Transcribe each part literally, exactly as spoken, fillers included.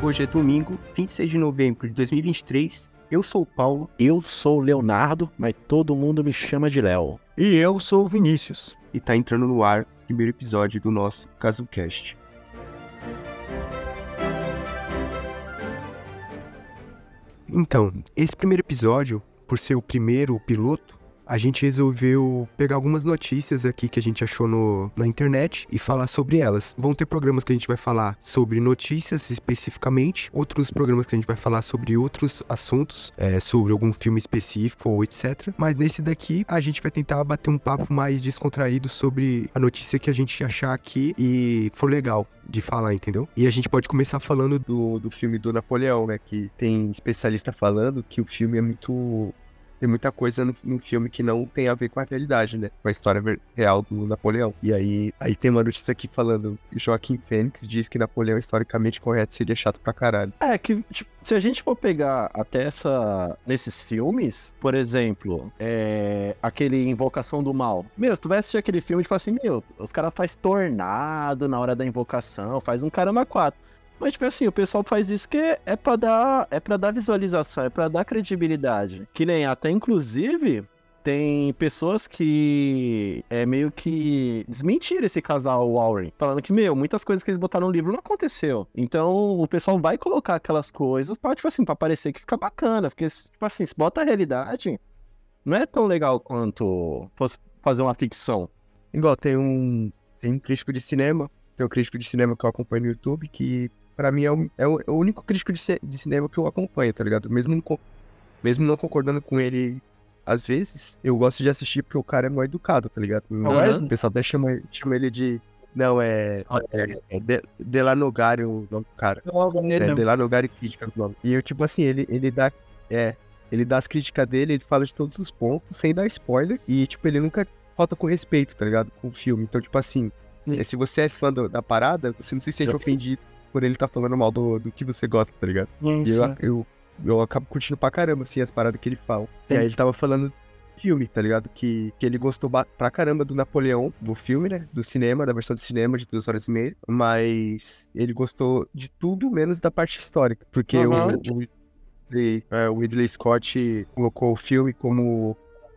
Hoje é domingo, vinte e seis de novembro de dois mil e vinte e três. Eu sou o Paulo. Eu sou o Leonardo, mas todo mundo me chama de Léo. E eu sou o Vinícius. E tá entrando no ar o primeiro episódio do nosso CasuCast. Então, esse primeiro episódio, por ser o primeiro, o piloto, a gente resolveu pegar algumas notícias aqui que a gente achou no, na internet e falar sobre elas. Vão ter programas que a gente vai falar sobre notícias especificamente, outros programas que a gente vai falar sobre outros assuntos, é, sobre algum filme específico ou etcétera. Mas nesse daqui, a gente vai tentar bater um papo mais descontraído sobre a notícia que a gente achar aqui e for legal de falar, entendeu? E a gente pode começar falando do, do filme do Napoleão, né? Que tem especialista falando que o filme é muito... Tem muita coisa no, no filme que não tem a ver com a realidade, né? Com a história real do Napoleão. E aí, aí tem uma notícia aqui falando... Joaquim Fênix diz que Napoleão historicamente correto seria chato pra caralho. É, que tipo, se a gente for pegar até essa... Nesses filmes, por exemplo, é, aquele Invocação do Mal. Meu, tu vai assistir aquele filme e fala assim, meu, os caras fazem tornado na hora da invocação, faz um caramba quatro. Mas, tipo assim, o pessoal faz isso que é pra dar, é pra dar visualização, é pra dar credibilidade. Que nem até, inclusive, tem pessoas que é meio que desmentiram esse casal Warren. Falando que, meu, muitas coisas que eles botaram no livro não aconteceu. Então, o pessoal vai colocar aquelas coisas pra, tipo assim, pra parecer que fica bacana. Porque, tipo assim, se bota a realidade, não é tão legal quanto fosse fazer uma ficção. Igual, tem um, tem um crítico de cinema, tem um crítico de cinema que eu acompanho no YouTube, que... Pra mim é o, é o, é o único crítico de, c- de cinema que eu acompanho, tá ligado? Mesmo não, mesmo não concordando com ele às vezes, eu gosto de assistir porque o cara é mal educado, tá ligado? Uhum. O pessoal até chama, chama ele de... Não, é... É, é de, Delanogari o nome do cara. É Delanogari Críticas o nome. E eu, tipo assim, ele, ele dá... É... Ele dá as críticas dele, ele fala de todos os pontos, sem dar spoiler. E, tipo, ele nunca falta com respeito, tá ligado? Com o filme. Então, tipo assim... É, se você é fã do, da parada, você não se sente ofendido por ele tá falando mal do, do que você gosta, tá ligado? Sim, E eu, eu, eu acabo curtindo pra caramba, assim, as paradas que ele fala. Sim. E aí ele tava falando do filme, tá ligado? Que, que ele gostou ba- pra caramba do Napoleão, do filme, né? Do cinema, da versão de cinema de duas horas e meia. Mas ele gostou de tudo menos da parte histórica. Porque uhum. o, o, Ridley, é, o Ridley Scott colocou o filme como...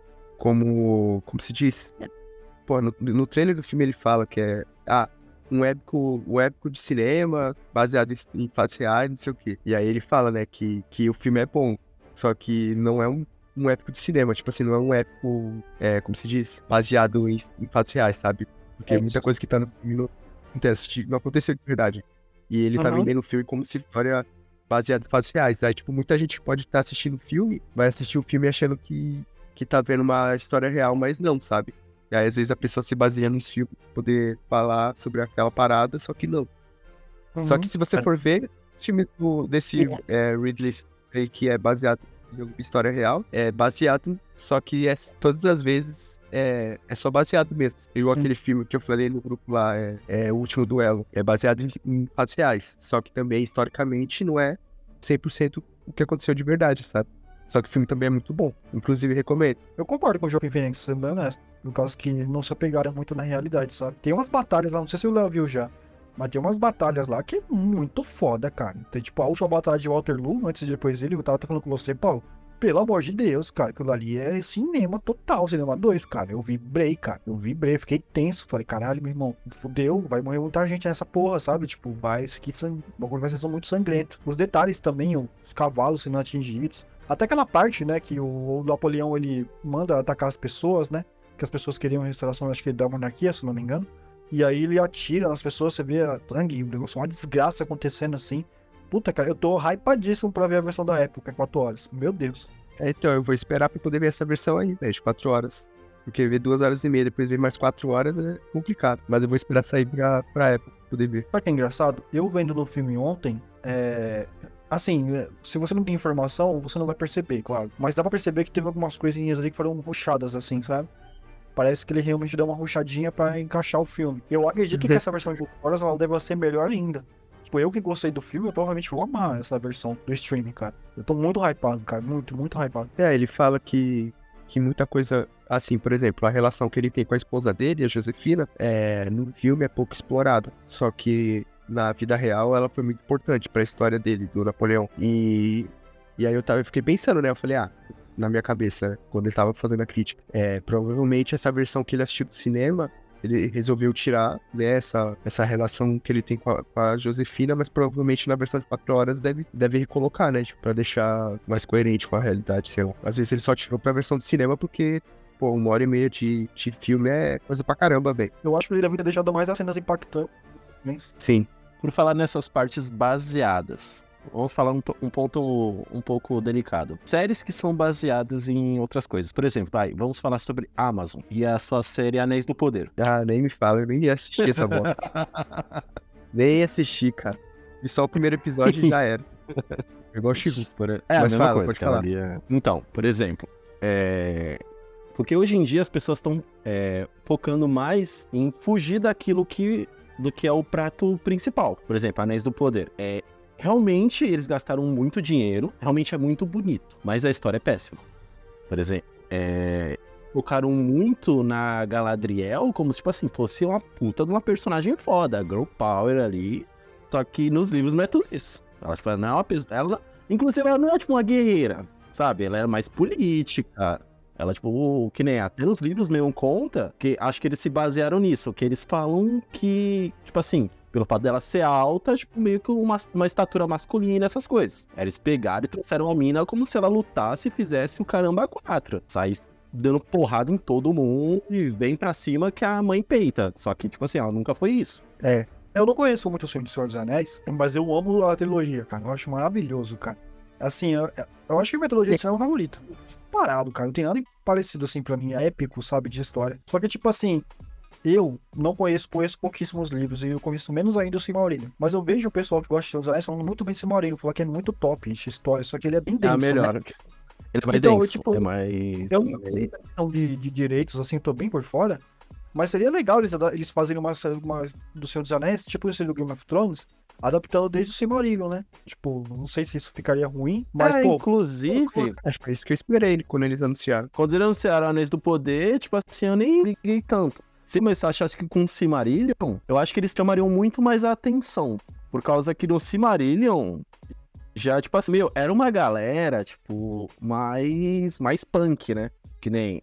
Como... Como se diz? Pô, no, no trailer do filme ele fala que é... Ah, um épico, um épico de cinema, baseado em, em fatos reais, não sei o quê. E aí ele fala, né, que, que o filme é bom, só que não é um, um épico de cinema, tipo assim, não é um épico, é, como se diz, baseado em, em fatos reais, sabe? Porque é muita coisa que tá no filme não acontece, não aconteceu de verdade. E ele uhum. tá vendendo o filme como se história baseada em fatos reais. Aí, tipo, muita gente pode estar tá assistindo o filme, vai assistir o filme achando que, que tá vendo uma história real, mas não, sabe? E aí, às vezes, a pessoa se baseia nos filmes pra poder falar sobre aquela parada, só que não. Uhum. Só que se você for ver, o filme do, desse é, Ridley Scott, que é baseado em história real, é baseado, só que é, todas as vezes é, é só baseado mesmo. Igual uhum. aquele filme que eu falei no grupo lá, é, é O Último Duelo, é baseado em, em fatos reais. Só que também, historicamente, não é cem por cento o que aconteceu de verdade, sabe? Só que o filme também é muito bom. Inclusive, recomendo. Eu concordo com o Joaquim Phoenix, sendo bem honesto. No caso que não se apegaram muito na realidade, sabe? Tem umas batalhas lá, não sei se o Léo viu já, mas tem umas batalhas lá que é muito foda, cara. Tem tipo a última batalha de Waterloo, antes e depois dele, eu tava até falando com você, Paulo. Pelo amor de Deus, cara, aquilo ali é cinema total, cinema dois, cara. Eu vibrei, cara. Eu vibrei, fiquei tenso. Falei, caralho, meu irmão, fudeu, vai morrer muita gente nessa porra, sabe? Tipo, vai, isso aqui sang... vai ser muito sangrento. Os detalhes também, os cavalos sendo atingidos. Até aquela parte, né, que o Napoleão, ele manda atacar as pessoas, né, que as pessoas queriam a restauração, acho que da monarquia, se não me engano, e aí ele atira nas pessoas, você vê a sangue, uma desgraça acontecendo assim. Puta, cara, eu tô hypadíssimo pra ver a versão da época, quatro horas, meu Deus. É, então, eu vou esperar pra poder ver essa versão aí, né, de quatro horas, porque ver duas horas e meia, depois ver mais quatro horas é complicado, mas eu vou esperar sair pra, pra época, pra poder ver. Sabe que é engraçado? Eu vendo no filme ontem, é... Assim, se você não tem informação, você não vai perceber, claro. Mas dá pra perceber que teve algumas coisinhas ali que foram ruchadas, assim, sabe? Parece que ele realmente deu uma ruchadinha pra encaixar o filme. Eu acredito que essa versão de oito horas, ela deve ser melhor ainda. Tipo, eu que gostei do filme, eu provavelmente vou amar essa versão do streaming, cara. Eu tô muito hypado, cara. Muito, muito hypado. É, ele fala que, que muita coisa... Assim, por exemplo, a relação que ele tem com a esposa dele, a Josefina, é, no filme é pouco explorada. Só que na vida real, ela foi muito importante pra história dele, do Napoleão. E, e aí eu, tava, eu fiquei pensando, né? Eu falei, ah, na minha cabeça, né, quando ele tava fazendo a crítica, é, provavelmente essa versão que ele assistiu do cinema, ele resolveu tirar, né, essa, essa relação que ele tem com a, com a Josefina, mas provavelmente na versão de quatro horas deve, deve recolocar, né? Tipo, pra deixar mais coerente com a realidade, sei lá. Às vezes ele só tirou pra versão do cinema porque, pô, uma hora e meia de, de filme é coisa pra caramba, velho. Eu acho que ele deve ter deixado mais as cenas impactantes. Né? Sim. Por falar nessas partes baseadas, vamos falar um, um ponto um pouco delicado. Séries que são baseadas em outras coisas. Por exemplo, vai, vamos falar sobre Amazon e a sua série Anéis do Poder. Ah, nem me fala, eu nem ia assistir essa bosta. Nem assisti, cara. E só o primeiro episódio já era. É igual o Chico. Por... É Mas a mesma fala, coisa, pode cara, falar. ali é- Então, por exemplo, é... porque hoje em dia as pessoas estão é, focando mais em fugir daquilo que do que é o prato principal. Por exemplo, Anéis do Poder. É, realmente eles gastaram muito dinheiro, realmente é muito bonito, mas a história é péssima. Por exemplo, é, focaram muito na Galadriel como se, tipo assim, fosse uma puta de uma personagem foda, girl power ali, só que nos livros não é tudo isso. Ela, tipo, não é uma pessoa, ela, inclusive, ela não é tipo uma guerreira, sabe? Ela é mais política. Ela, tipo, que nem até nos livros mesmo conta, que acho que eles se basearam nisso, que eles falam que, tipo assim, pelo fato dela ser alta, tipo, meio que uma, uma estatura masculina, essas coisas. Eles pegaram e trouxeram a mina como se ela lutasse e fizesse o caramba quatro. Saísse dando porrada em todo mundo e vem pra cima que a mãe peita. Só que, tipo assim, ela nunca foi isso. É. Eu não conheço muito o filme de Senhor dos Anéis, mas eu amo a trilogia, cara. Eu acho maravilhoso, cara. Assim, eu, eu acho que a metodologia de cinema é o favorito. Parado, cara. Não tem nada parecido, assim, pra mim. É épico, sabe, de história. Só que, tipo assim, eu não conheço, conheço pouquíssimos livros e eu conheço menos ainda o Silmarillion. Mas eu vejo o pessoal que gosta de Senhor dos Anéis falando muito bem de Silmarillion. Falar que é muito top de história, só que ele é bem É denso, a melhor. né? Ele é mais Então, denso, tipo, é mais... Eu não sei a questão de, de direitos, assim, eu tô bem por fora. Mas seria legal eles, eles fazerem uma, uma do Senhor dos Anéis, tipo esse do Game of Thrones, adaptando desde o Silmarillion, né? Tipo, não sei se isso ficaria ruim, mas, é, pô... inclusive, Acho que foi isso que eu esperei quando eles anunciaram. quando eles anunciaram Anéis do Poder, tipo assim, eu nem liguei tanto. Se mas você achasse que com o Silmarillion, eu acho que eles chamariam muito mais a atenção. Por causa que no Silmarillion, já, tipo assim, meu, era uma galera, tipo, mais, mais punk, né? Que nem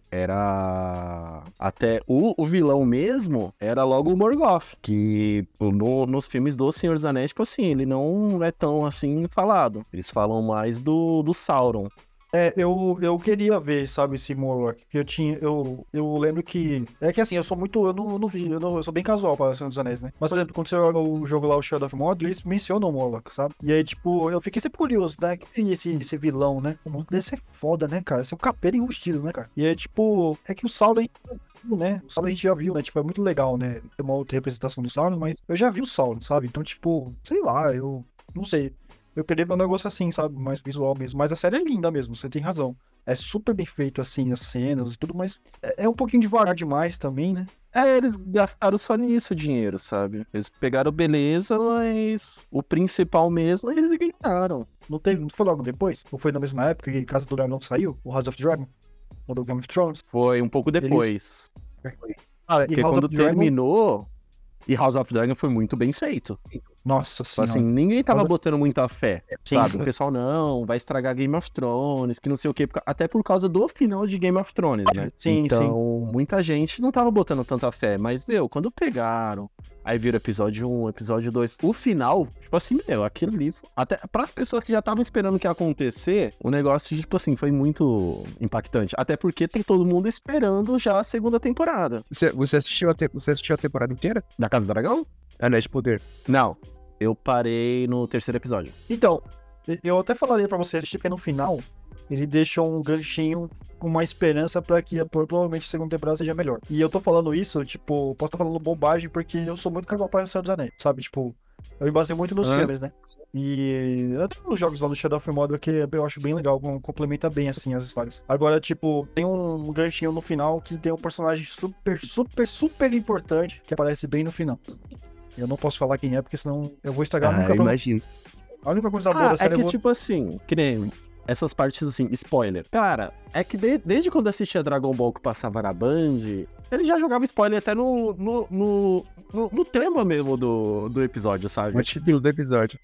era... Até o, o vilão mesmo era logo o Morgoth. Que no, nos filmes do Senhor dos Anéis, tipo assim, ele não é tão assim falado. Eles falam mais do, do Sauron. É, eu, eu queria ver, sabe, esse Moloch, que eu tinha, eu, eu lembro que, é que assim, eu sou muito, eu não, não vi, eu, não, eu sou bem casual para Senhor dos Anéis, né, mas por exemplo, quando você joga o jogo lá, o Shadow of Mordor, eles mencionam o Moloch, sabe, e aí, tipo, eu fiquei sempre curioso, né, que esse, esse vilão, né, o Moloch deve ser foda, né, cara, esse é um capeiro enrustido, né, cara, e aí, tipo, é que o Sauron, né, o Sauron a gente já viu, né, tipo, é muito legal, né, ter uma outra representação do Sauron, mas eu já vi o Sauron, sabe, então, tipo, sei lá, eu não sei. Eu queria ver um negócio assim, sabe? Mais visual mesmo. Mas a série é linda mesmo, você tem razão. É super bem feito, assim, as cenas e tudo, mas é, é um pouquinho devagar demais também, né? É, eles gastaram só nisso o dinheiro, sabe? Eles pegaram beleza, mas o principal mesmo eles ignoraram. Não teve, não foi logo depois? Ou foi na mesma época que Casa do Dragão saiu? O House of Dragon? Ou do Game of Thrones? Foi um pouco depois. Ah, E porque House quando of Dragon? terminou, e House of Dragon foi muito bem feito. Nossa Tipo senhora. assim, ninguém tava House of- botando muita fé, Sim. sabe? O pessoal, não, vai estragar Game of Thrones, que não sei o quê. Até por causa do final de Game of Thrones, né? Sim, então, muita gente não tava botando tanta fé. Mas, meu, quando pegaram, aí viram episódio um, episódio dois, o final, tipo assim, meu, aquilo ali... Até pras pessoas que já estavam esperando o que ia acontecer, o negócio, tipo assim, foi muito impactante. Até porque tem todo mundo esperando já a segunda temporada. Você, você, assistiu a te- você assistiu a temporada inteira? Da Casa do Dragão? Anéis de Poder. Não. Eu parei no terceiro episódio. Então, eu até falaria pra você assistir, porque no final ele deixa um ganchinho com uma esperança pra que a- provavelmente a segunda temporada seja melhor. E eu tô falando isso, tipo, posso estar falando bobagem porque eu sou muito casual para o Senhor dos Anéis, sabe? Tipo, eu me baseio muito nos Hã? filmes, né? E até nos jogos lá no Shadow of Mordor que eu acho bem legal, com- complementa bem, assim, as histórias. Agora, tipo, tem um ganchinho no final que tem um personagem super, super, super importante que aparece bem no final. Eu não posso falar quem é, porque senão eu vou estragar Ah, nunca eu pra... imagino. A única coisa boa Ah, da é série que eu vou... tipo assim, que nem essas partes assim, spoiler. Cara, é que de- desde quando eu assistia Dragon Ball que passava na Band, ele já jogava spoiler até no, no, no, no, no tema mesmo do, do episódio, sabe? O título do episódio.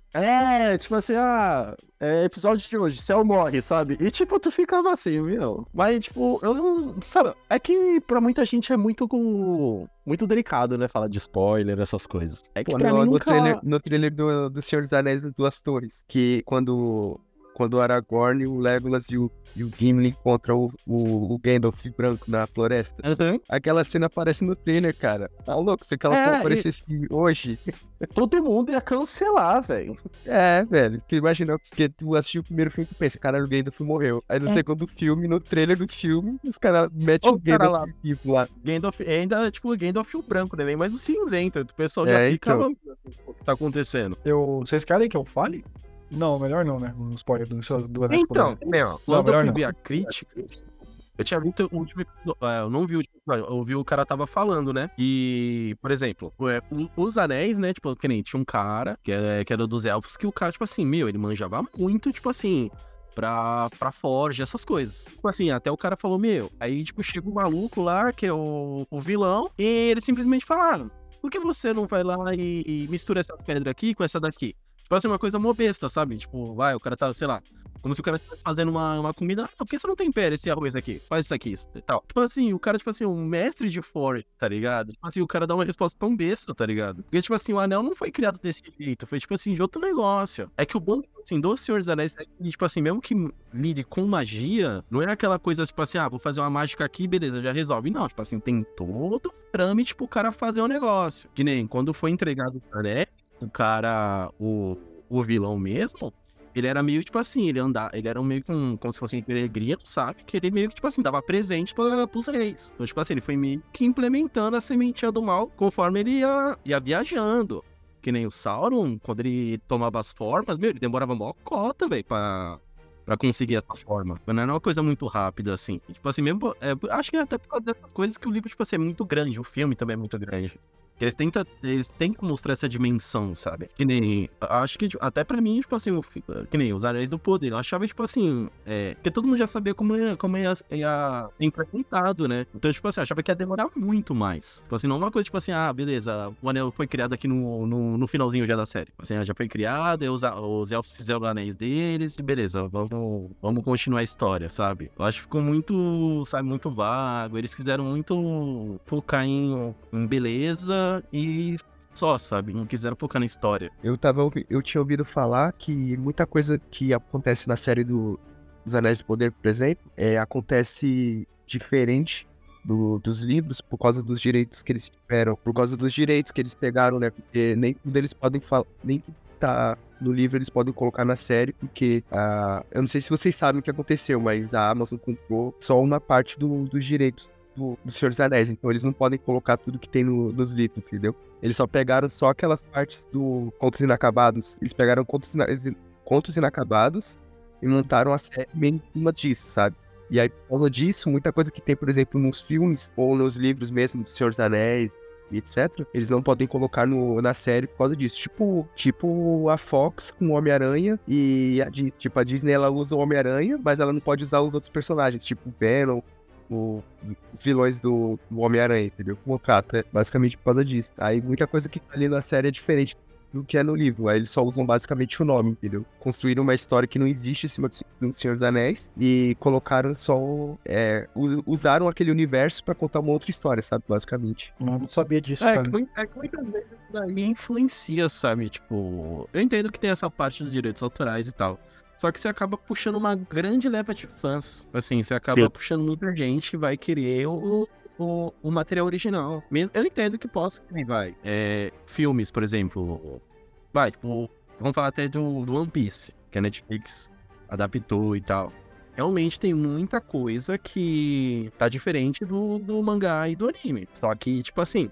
É, tipo assim, ah, é episódio de hoje, Cell morre, sabe? E tipo, tu ficava assim, meu. Mas, tipo, eu não. Sabe, é que pra muita gente é muito com. Muito delicado, né? Falar de spoiler, essas coisas. É que Pô, pra no, mim no nunca. trailer, no trailer do, do Senhor dos Anéis das Duas Torres, que quando, quando o Aragorn, o Legolas e o, e o Gimli encontram o, o, o Gandalf branco na floresta, Uhum. aquela cena aparece no trailer, cara. Tá louco, se aquela É, porra e- aparecesse hoje... Todo mundo ia cancelar, velho. É, velho, tu imagina, porque tu assistiu o primeiro filme e tu pensa, caralho, o Gandalf morreu. Aí no É. segundo filme, no trailer do filme, os caras metem Ô, o cara Gandalf vivo lá. Gandalf, ainda, tipo, o Gandalf o branco, né? Nem mais o cinzento. O pessoal já É, fica então. louco assim, o que tá acontecendo. Eu, vocês querem que eu fale? Não, melhor não, né? Um spoiler do, do Anéis Então, Poder. meu, Não, quando eu melhor fui não. ver a crítica, eu tinha visto o último episódio, é, eu não vi o último episódio, eu ouvi o cara tava falando, né? E, por exemplo, é, o- os anéis, né? Tipo, que nem tinha um cara, que, é, que era dos elfos, que o cara, tipo assim, meu, ele manjava muito, tipo assim, pra, pra forja, essas coisas. Tipo assim, até o cara falou, meu, aí, tipo, chega o maluco lá, que é o, o vilão, e eles simplesmente falaram, por que você não vai lá e, e mistura essa pedra aqui com essa daqui? Tipo assim, uma coisa mó besta, sabe? Tipo, vai, o cara tá, sei lá, como se o cara estivesse fazendo uma, uma comida. Ah, por que você não tempera esse arroz aqui? Faz isso aqui isso, e tal. Tipo assim, o cara, tipo assim, um mestre de forja, tá ligado? Tipo assim, o cara dá uma resposta tão besta, tá ligado? Porque, tipo assim, o anel não foi criado desse jeito. Foi, tipo assim, de outro negócio. É que o bom, assim, do Senhor dos Anéis é que, tipo assim, mesmo que lide com magia, não é aquela coisa, tipo assim, ah, vou fazer uma mágica aqui, beleza, já resolve. Não, tipo assim, tem todo um trâmite pro cara fazer o negócio. Que nem quando foi entregado o anéis, o cara, o, o vilão mesmo, ele era meio, tipo assim, ele andava, ele era meio que um, como se fosse um peregrino, sabe? Que ele meio que, tipo assim, dava presente pra, pros reis. Então, tipo assim, ele foi meio que implementando a sementinha do mal conforme ele ia, ia viajando. Que nem o Sauron, quando ele tomava as formas, meu, ele demorava mó cota, velho, pra, pra conseguir essa forma. Mas não era uma coisa muito rápida, assim. E, tipo assim, mesmo, é, acho que é até por causa dessas coisas que o livro, tipo assim, é muito grande, o filme também é muito grande. Eles tentam, eles tentam mostrar essa dimensão, sabe? Que nem. Acho que, tipo, até pra mim, tipo assim, o fi- que nem os Anéis do Poder. Eu achava, tipo assim. É, porque todo mundo já sabia como ia, como ia, ia ser implementado, né? Então, tipo assim, eu achava que ia demorar muito mais. Tipo assim, não uma coisa, tipo assim, ah, beleza, o anel foi criado aqui no, no, no finalzinho já da série. Tipo assim, ah, já foi criado, e os, os elfos fizeram os anéis deles, e beleza, vamos, vamos continuar a história, sabe? Eu acho que ficou muito, sabe, muito vago. Eles quiseram muito focar em, em beleza e só, sabe? Não quiseram focar na história. Eu, tava, ouvi- eu tinha ouvido falar que muita coisa que acontece na série do, dos Anéis do Poder, por exemplo, é, acontece diferente do- dos livros por causa dos direitos que eles tiveram, por causa dos direitos que eles pegaram, né? Porque nem tudo eles podem falar, nem tudo que tá no livro eles podem colocar na série, porque ah, eu não sei se vocês sabem o que aconteceu, mas a Amazon comprou só uma parte do- dos direitos do, do Senhor dos Anéis, então eles não podem colocar tudo que tem no- nos livros, entendeu? Eles só pegaram só aquelas partes do Contos Inacabados. Eles pegaram Contos, Ina- Contos Inacabados e montaram a série meio em cima disso, sabe? E aí, por causa disso, muita coisa que tem, por exemplo, nos filmes ou nos livros mesmo do Senhor dos Anéis e etcétera, eles não podem colocar no, na série por causa disso. Tipo, tipo a Fox com o Homem-Aranha e a, Di- tipo, a Disney, ela usa o Homem-Aranha, mas ela não pode usar os outros personagens, tipo o Venom, o- os vilões do, do Homem-Aranha, entendeu? O contrato é basicamente por causa disso. Aí muita coisa que tá ali na série é diferente do que é no livro. Aí eles só usam basicamente o nome, entendeu? Construíram uma história que não existe em cima do do Senhor dos Anéis e colocaram só. É, us- usaram aquele universo pra contar uma outra história, sabe? Basicamente. Eu não sabia disso, É, cara. que, mui- é que muitas vezes isso daí influencia, sabe? Tipo, eu entendo que tem essa parte dos direitos autorais e tal. Só que você acaba puxando uma grande leva de fãs. Assim, você acaba Sim. puxando muita gente que vai querer o, o, o material original. Mesmo, eu entendo que possa, que vai. É, filmes, por exemplo. Vai, tipo, vamos falar até do, do One Piece, que a Netflix adaptou e tal. Realmente tem muita coisa que tá diferente do, do mangá e do anime. Só que, tipo assim,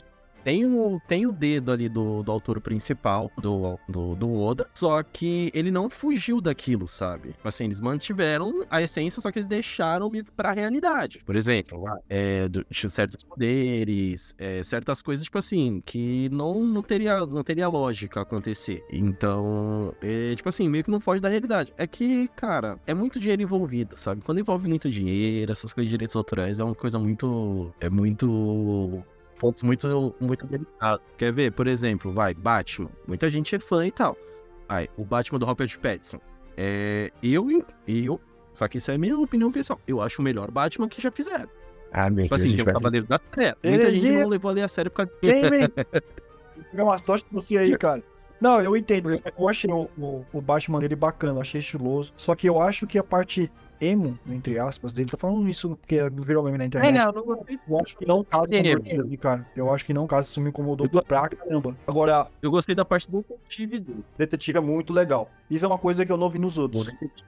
tem o, tem o dedo ali do, do autor principal, do, do, do Oda, só que ele não fugiu daquilo, sabe? Tipo assim, eles mantiveram a essência, só que eles deixaram meio que pra realidade. Por exemplo, é, do, certos poderes, é, certas coisas, tipo assim, que não, não, teria, não teria lógica acontecer. Então, é, tipo assim, meio que não foge da realidade. É que, cara, é muito dinheiro envolvido, sabe? Quando envolve muito dinheiro, essas coisas de direitos autorais, é uma coisa muito... É muito... pontos muito, muito delicados. Quer ver? Por exemplo, vai, Batman. Muita gente é fã e tal. Vai, o Batman do Robert Pattinson. É... Eu... eu só que isso é a minha opinião pessoal. Eu acho o melhor Batman que já fizeram. Ah, meu Tipo assim, tem o Cavaleiro da Terra. Muita gente não levou ali a sério por causa disso. Quem pegar umas tochas de você aí, cara. Não, eu entendo. Eu achei o, o, o Batman dele bacana, achei estiloso. Só que eu acho que a parte emo, entre aspas, dele, tô falando isso porque virou meme na internet. É, não, não gostei. Eu acho que não casa com o dele, cara. Eu acho que não casa, isso me incomodou pra caramba. Agora, eu gostei da parte do detetive dele. Detetive é muito legal. Isso é uma coisa que eu não vi nos outros.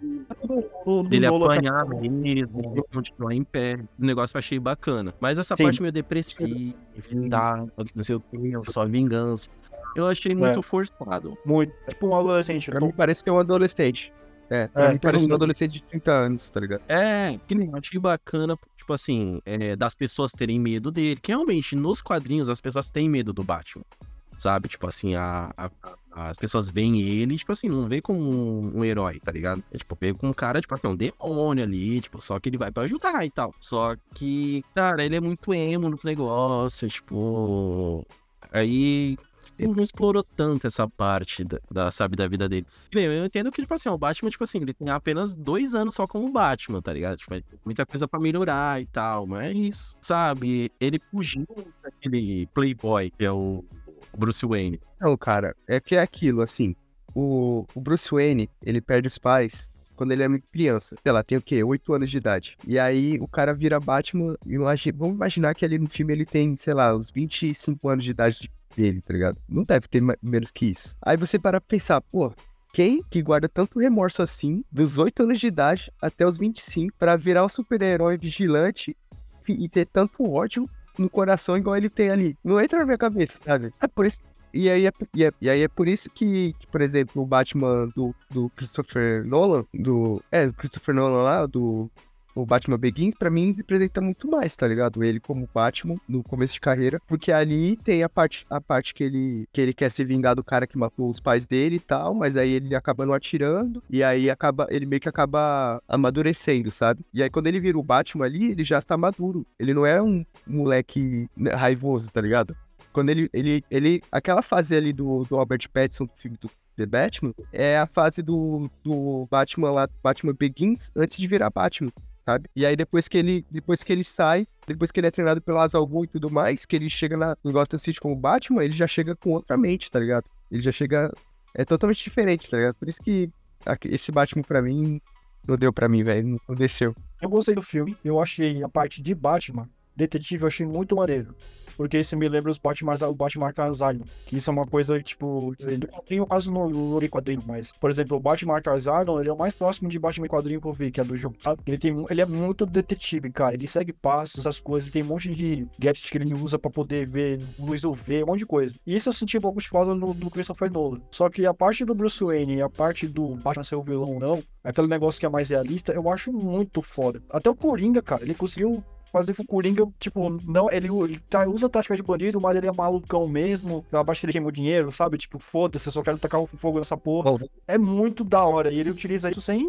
No, no, ele apanhar mesmo, continuar em pé. O negócio eu achei bacana. Mas essa Sim. parte meio depressiva, tá, não sei o que, só vingança. Eu achei muito é. forçado. Muito. Tipo um adolescente. Pra tô... mim parece que é um adolescente. É, pra é, mim parece um adolescente de trinta anos, tá ligado? É, que nem eu achei bacana, tipo assim, é, das pessoas terem medo dele. Que realmente, nos quadrinhos, as pessoas têm medo do Batman. Sabe? Tipo assim, a, a, a, as pessoas veem ele, tipo assim, não vê como um, um herói, tá ligado? É tipo, vê com um cara, tipo assim, um demônio ali, tipo, só que ele vai pra ajudar e tal. Só que, cara, ele é muito emo nos negócios, tipo... Aí... Ele não explorou tanto essa parte da, da, sabe, da vida dele. Bem, eu entendo que, tipo assim, o Batman, tipo assim, ele tem apenas dois anos só como Batman, tá ligado? Tipo, muita coisa pra melhorar e tal, mas, sabe, ele fugiu daquele playboy que é o Bruce Wayne. Não, cara, é que é aquilo, assim, o, o Bruce Wayne, ele perde os pais quando ele é muito criança. Sei lá, tem o quê? oito anos de idade. E aí o cara vira Batman, imagina, vamos imaginar que ali no filme ele tem, sei lá, uns vinte e cinco anos de idade de dele, tá ligado? Não deve ter menos que isso. Aí você para pra pensar, pô, quem que guarda tanto remorso assim, dos oito anos de idade até os vinte e cinco, pra virar um super-herói vigilante e ter tanto ódio no coração igual ele tem ali? Não entra na minha cabeça, sabe? É por isso... E aí é, e é, e aí é por isso que, que, por exemplo, o Batman do, do Christopher Nolan, do... É, do Christopher Nolan lá, do... O Batman Begins, pra mim, representa muito mais, tá ligado? Ele como Batman, no começo de carreira. Porque ali tem a parte, a parte que, ele, que ele quer se vingar do cara que matou os pais dele e tal, mas aí ele acaba não atirando, e aí acaba, ele meio que acaba amadurecendo, sabe? E aí quando ele vira o Batman ali, ele já tá maduro. Ele não é um moleque raivoso, tá ligado? Quando ele, ele, ele aquela fase ali do, do Robert Pattinson, do filme do The Batman, é a fase do, do Batman lá, Batman Begins, antes de virar Batman. Sabe? E aí depois que ele depois que ele sai, depois que ele é treinado pelo Hazal Ghul e tudo mais, que ele chega na, no Gotham City como Batman, ele já chega com outra mente, tá ligado? Ele já chega... É totalmente diferente, tá ligado? Por isso que esse Batman pra mim não deu pra mim, velho. Não desceu. Eu gostei do filme. Eu achei a parte de Batman, detetive, eu achei muito maneiro. Porque isso me lembra os Batman, o Batman Arkham Asylum. Que isso é uma coisa, tipo... No quadrinho, quase no, no quadrinho, mas... Por exemplo, o Batman Arkham Asylum, ele é o mais próximo de Batman quadrinho que eu vi, que é do jogo. Ele, tem, ele é muito detetive, cara. Ele segue passos, as coisas. Ele tem um monte de gadgets que ele usa pra poder ver luz U V, um monte de coisa. E isso eu senti um pouco de falta no, no Christopher Nolan. Só que a parte do Bruce Wayne e a parte do Batman ser o vilão ou não, aquele negócio que é mais realista, eu acho muito foda. Até o Coringa, cara, ele conseguiu... fazer com o Coringa, tipo, não, ele, ele tá, usa tática de bandido, mas ele é malucão mesmo. Eu acho que ele queimou dinheiro, sabe? Tipo, foda-se, eu só quero tacar o fogo nessa porra. É muito da hora. E ele utiliza isso sem.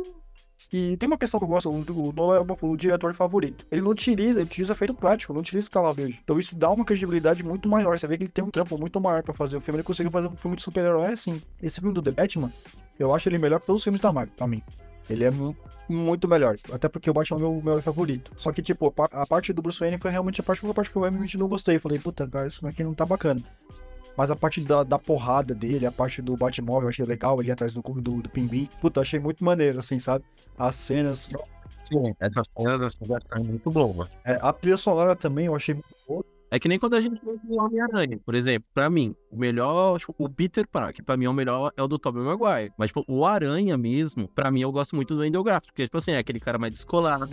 E tem uma questão que eu gosto, o Nolan é o, o diretor favorito. Ele não utiliza, ele utiliza efeito prático, não utiliza tela verde. Então isso dá uma credibilidade muito maior. Você vê que ele tem um trampo muito maior pra fazer o filme. Ele conseguiu fazer um filme de super-herói assim. Esse filme do The Batman, eu acho ele melhor que todos os filmes da Marvel, pra mim. Ele é muito melhor. Até porque o Batman é o meu, meu favorito. Só que, tipo, a parte do Bruce Wayne foi realmente a parte, a parte que eu realmente não gostei. Eu falei, puta, cara, isso aqui não tá bacana. Mas a parte da, da porrada dele, a parte do Batmóvel, eu achei legal, ele atrás do, do, do Pinguim. Puta, eu achei muito maneiro, assim, sabe? As cenas... Sim, essa cena é muito boa. É, a trilha sonora também eu achei muito boa. É que nem quando a gente vê o Homem-Aranha, por exemplo, pra mim, o melhor, tipo, o Peter Parker, pra mim é o melhor, é o do Tobey Maguire. Mas, tipo, o Aranha mesmo, pra mim eu gosto muito do Andrew Garfield, porque, tipo assim, é aquele cara mais descolado,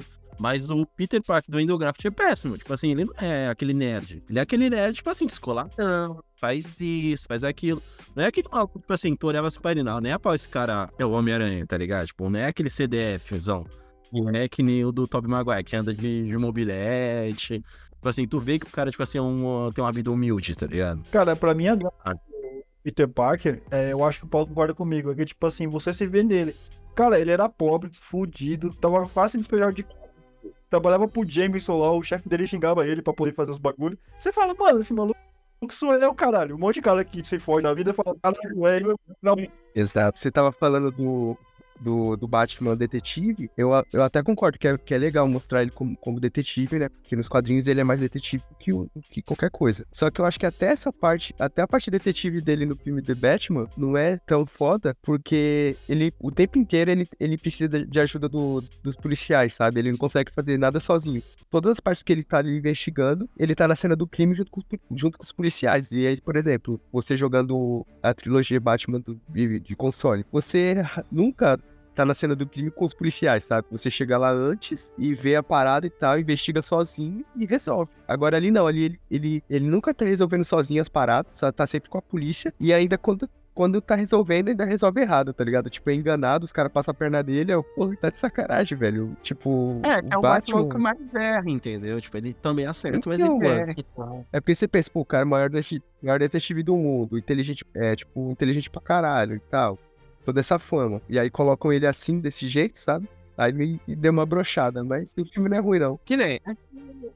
Mas o Peter Parker do Andrew Garfield é péssimo. Tipo assim, ele não é aquele nerd. Ele é aquele nerd, tipo assim, descoladão, faz isso, faz aquilo. Não é aquele maluco, tipo assim, tu olhava assim pra ele, não, nem é pau esse cara é o Homem-Aranha, tá ligado? Tipo, não é aquele C D Fzão. Não é que nem o do Tobey Maguire, que anda de, de mobilete. Tipo assim, tu vê que o cara, tipo assim, é um, tem uma vida humilde, tá ligado? Cara, pra mim, a Ah. Peter Parker, é, eu acho que o Paulo concorda comigo. É que, tipo assim, você se vê nele. Cara, ele era pobre, fudido, tava quase despejado de casa. Trabalhava pro Jameson lá, o chefe dele xingava ele pra poder fazer os bagulhos. Você fala, mano, esse maluco que sou eu, caralho. Um monte de cara que se foge na vida fala, caralho, é eu. Não. Exato. Você tava falando do, do, do Batman detetive, eu, a- eu até concordo que é, que é legal mostrar ele como, como detetive, né? Porque nos quadrinhos ele é mais detetive que, o- que qualquer coisa. Só que eu acho que até essa parte, até a parte detetive dele no filme The Batman não é tão foda, porque ele, o tempo inteiro, ele, ele precisa de de ajuda do- dos policiais, sabe? Ele não consegue fazer nada sozinho. Todas as partes que ele tá ali investigando, ele tá na cena do crime junto com, os pu- junto com os policiais. E aí, por exemplo, você jogando a trilogia Batman do- de, de console, você ra- nunca tá na cena do crime com os policiais, sabe? Você chega lá antes e vê a parada e tal, investiga sozinho e resolve. Agora ali não, ali ele, ele, ele nunca tá resolvendo sozinho as paradas, só tá sempre com a polícia. E ainda quando, quando tá resolvendo, ainda resolve errado, tá ligado? Tipo, é enganado, os caras passam a perna dele, eu, porra, tá de sacanagem, velho. Tipo, É, o é o Batman... Batman que mais erra, entendeu? Tipo, ele também acerta, mas Então, ele mano. erra e tal. É porque você pensa, pô, o cara é o maior detetive, maior detetive do mundo, inteligente, é, tipo, inteligente pra caralho e tal. Toda essa fama. E aí colocam ele assim, desse jeito, sabe? Aí me me deu uma brochada, mas o filme não é ruim, não. Que nem. É que,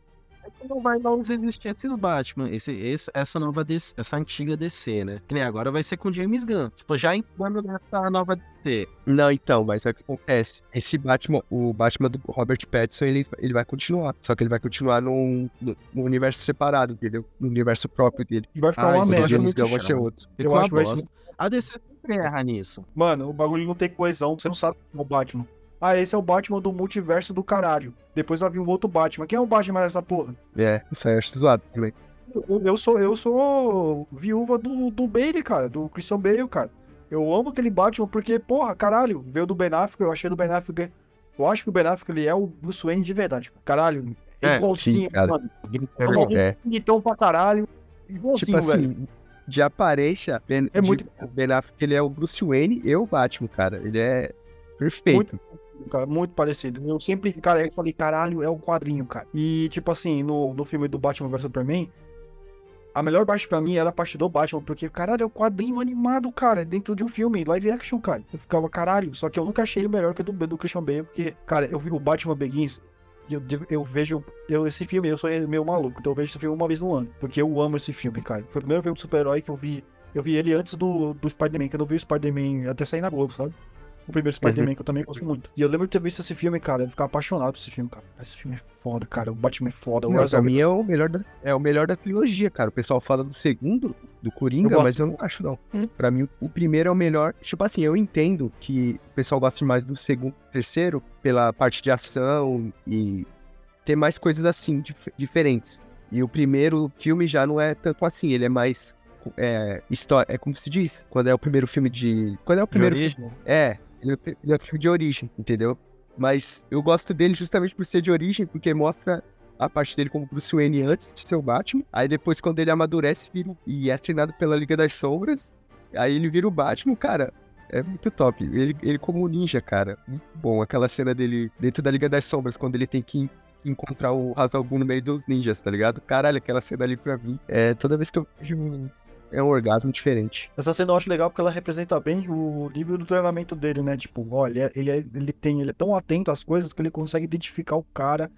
é que não vai mais existir esses Batman. Esse, esse, essa nova D C, essa antiga D C, né? Que nem agora vai ser com James Gunn. Tipo, já entrando nessa nova D C. Não, então, mas é o que acontece. Esse Batman, o Batman do Robert Pattinson, ele, ele vai continuar. Só que ele vai continuar num, num num universo separado, entendeu? No universo próprio dele. E vai ficar Ah, uma isso O eu merda. acho James muito Gunn vai ser chato. outro. Fica Eu uma acho que vai ser- bosta. A D C sempre erra nisso. Mano, o bagulho não tem coesão, você não sabe quem é o Batman. Ah, esse é o Batman do multiverso do caralho. Depois vai vir um outro Batman. Quem é o Batman dessa porra? É, isso aí eu acho zoado também. Eu, eu sou, eu sou viúva do, do Bale, cara, do Christian Bale, cara. Eu amo aquele Batman porque, porra, caralho, veio do Ben Affleck, eu achei do Ben Affleck. Eu acho que o Ben Affleck ele é o Bruce Wayne de verdade, cara. Caralho, é É, igualzinho, sim, cara. mano. É Toma É. bonitão pra caralho. Igualzinho, Tipo velho. assim, de aparência, Ben, É de- muito- o Ben Affleck, ele é o Bruce Wayne e o Batman, cara. Ele é perfeito. Cara, muito parecido. Eu sempre, cara, eu falei, caralho, é um quadrinho, cara. E, tipo assim, no, no filme do Batman versus Superman, a melhor parte pra mim era a parte do Batman, porque, caralho, é um quadrinho animado, cara, dentro de um filme, live action, cara. Eu ficava, caralho, só que eu nunca achei ele melhor que o do, do Christian Bale, porque, cara, eu vi o Batman Begins, e eu, eu vejo eu, esse filme, eu sou meio maluco, então eu vejo esse filme uma vez no ano, porque eu amo esse filme, cara. Foi o primeiro filme de super-herói que eu vi, eu vi ele antes do, do Spider-Man, que eu não vi o Spider-Man até sair na Globo, sabe? O primeiro Spider-Man, que eu também gosto muito. E eu lembro de ter visto esse filme, cara, eu ficar apaixonado por esse filme, cara. Esse filme é foda, cara. O Batman é foda. O Não, Razal- pra mim é o melhor da, é o melhor da trilogia, cara. O pessoal fala do segundo, do Eu Coringa, gosto. mas eu não acho, não. Hum. Pra mim, o primeiro é o melhor. Tipo assim, eu entendo que o pessoal gosta mais do segundo e terceiro pela parte de ação e ter mais coisas assim, dif- diferentes. E o primeiro filme já não é tanto assim, ele é mais... É, história, é como se diz, quando é o primeiro filme de... Quando é o primeiro origem? filme... É, ele é, ele é um filme de origem, entendeu? Mas eu gosto dele justamente por ser de origem, porque mostra a parte dele como Bruce Wayne antes de ser o Batman. Aí depois, quando ele amadurece vira, o- e é treinado pela Liga das Sombras, aí ele vira o Batman, cara. É muito top. Ele, ele como ninja, cara. Muito bom. Aquela cena dele dentro da Liga das Sombras, quando ele tem que encontrar o Ra's al Ghul no meio dos ninjas, tá ligado? Caralho, aquela cena ali pra mim. É, toda vez que eu vejo, é um orgasmo diferente. Essa cena eu acho legal porque ela representa bem o nível do treinamento dele, né? Tipo, olha, ele é, ele tem, ele é tão atento às coisas que ele consegue identificar o cara,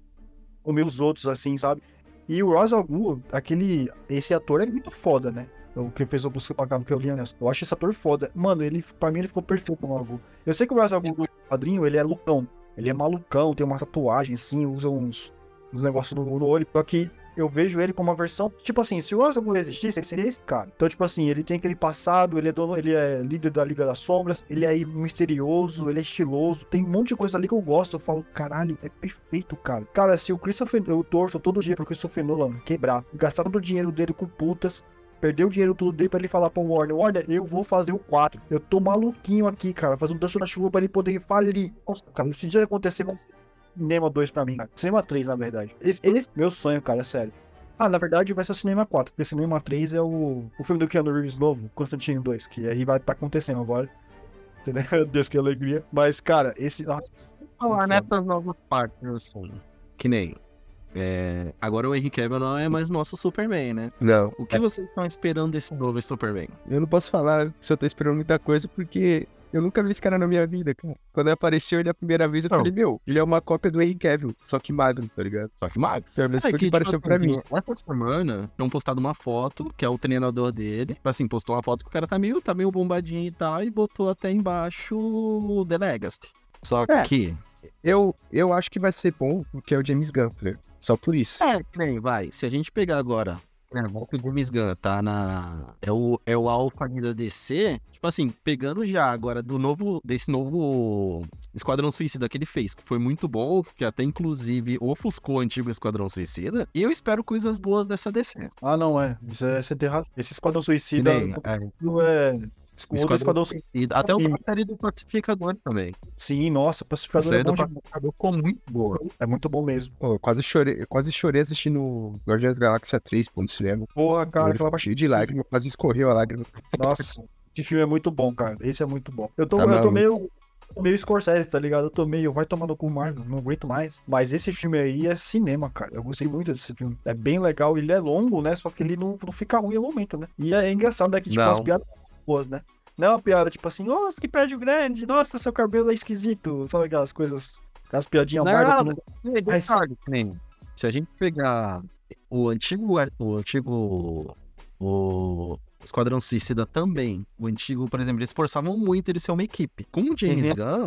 como os outros, assim, sabe? E o Ra's al Ghul, aquele, esse ator é muito foda, né? O que fez o Busca Pacavo, que eu li, né? Eu acho esse ator foda. Mano, ele, pra mim, ele ficou perfeito no Ra's al Ghul. Eu sei que o Ra's al Ghul do quadrinho, ele é loucão. Ele é malucão, tem uma tatuagem, assim, usa uns, uns negócios no, no olho. Só que eu vejo ele como uma versão... Tipo assim, se o Ra's al Ghul existisse, ele seria esse cara. Então, tipo assim, ele tem aquele passado, ele é dono, ele é líder da Liga das Sombras, ele é misterioso, ele é estiloso. Tem um monte de coisa ali que eu gosto. Eu falo, caralho, é perfeito, cara. Cara, se o Christopher... Eu torço todo dia pro Christopher Nolan quebrar, gastar todo o dinheiro dele com putas, perder o dinheiro tudo dele pra ele falar pra Warner, Warner, eu vou fazer o quatro. Eu tô maluquinho aqui, cara, fazer um danço na chuva pra ele poder falir. Nossa, cara, se dia acontecer, vai ser Cinema dois pra mim, cara. Cinema três, na verdade. Esse, esse é meu sonho, cara, é sério. Ah, na verdade vai ser o Cinema quatro, porque Cinema três é o, o filme do Keanu Reeves novo, Constantine dois, que aí vai tá acontecendo agora. Entendeu? Meu Deus, que alegria. Mas, cara, esse... Nossa, Falar muito nessas novas partes, assim. Que nem. É, agora o Henry Cavill não é mais nosso Superman, né? Não. O que vocês estão esperando desse novo Superman? Eu não posso falar se eu tô esperando muita coisa, porque eu nunca vi esse cara na minha vida, cara. Quando apareceu ele a primeira vez, eu Não. falei, meu, ele é uma cópia do Henry Cavill, só que magro, tá ligado? Só que magro. Pelo menos É foi o que que, pareceu tipo, pra assim, mim. Essa semana, tinham postado uma foto, que é o treinador dele. Tipo assim, postou uma foto que o cara tá meio, tá meio bombadinho e tal, e botou até embaixo o The Legacy. Só É. que... Eu, eu acho que vai ser bom, porque é o James Gunn, né? Só por isso. É, que nem, vai. Se a gente pegar agora, né, vamos que o James Gunn tá na... É o, é o Alpha da D C. Tipo assim, pegando já agora do novo, desse novo Esquadrão Suicida que ele fez, que foi muito bom, que até inclusive ofuscou o antigo Esquadrão Suicida. E eu espero coisas boas dessa D C. Ah, não, é. Isso é você ter razão. Esse Esquadrão Que Suicida nem, é, não é... O outro Esquadrão Suicida. Suicida. Até o Sim. série do Pacificador também. Sim, nossa, A Pacificador série é bom do demais. Pacificador ficou muito boa. É muito bom mesmo. Pô, eu quase chorei, eu quase chorei assistindo Guardiões da Galáxia três, pô, no cinema. Porra, cara, Olho aquela ficou parte... cheio de lágrimas, quase escorreu a lágrima. Nossa, esse filme é muito bom, cara. Esse é muito bom. Eu tô, Tá eu tô maluco. meio... meio Scorsese, tá ligado? Eu tô meio... Vai tomar no cu, Marvel, não aguento mais. Mas esse filme aí é cinema, cara. Eu gostei muito desse filme. É bem legal, ele é longo, né? Só que ele não, não fica ruim no momento, né? E é engraçado, né? Que, tipo, Não. as piadas são boas, né? Não é uma piada, tipo assim, nossa, que prédio grande, nossa, seu cabelo é esquisito. Sabe aquelas coisas... Aquelas piadinhas Marvel que não... Mas- Se a gente pegar o antigo, o antigo, o Esquadrão Suicida também, o antigo, por exemplo, eles forçavam muito ele ser uma equipe. Com o James Gunn,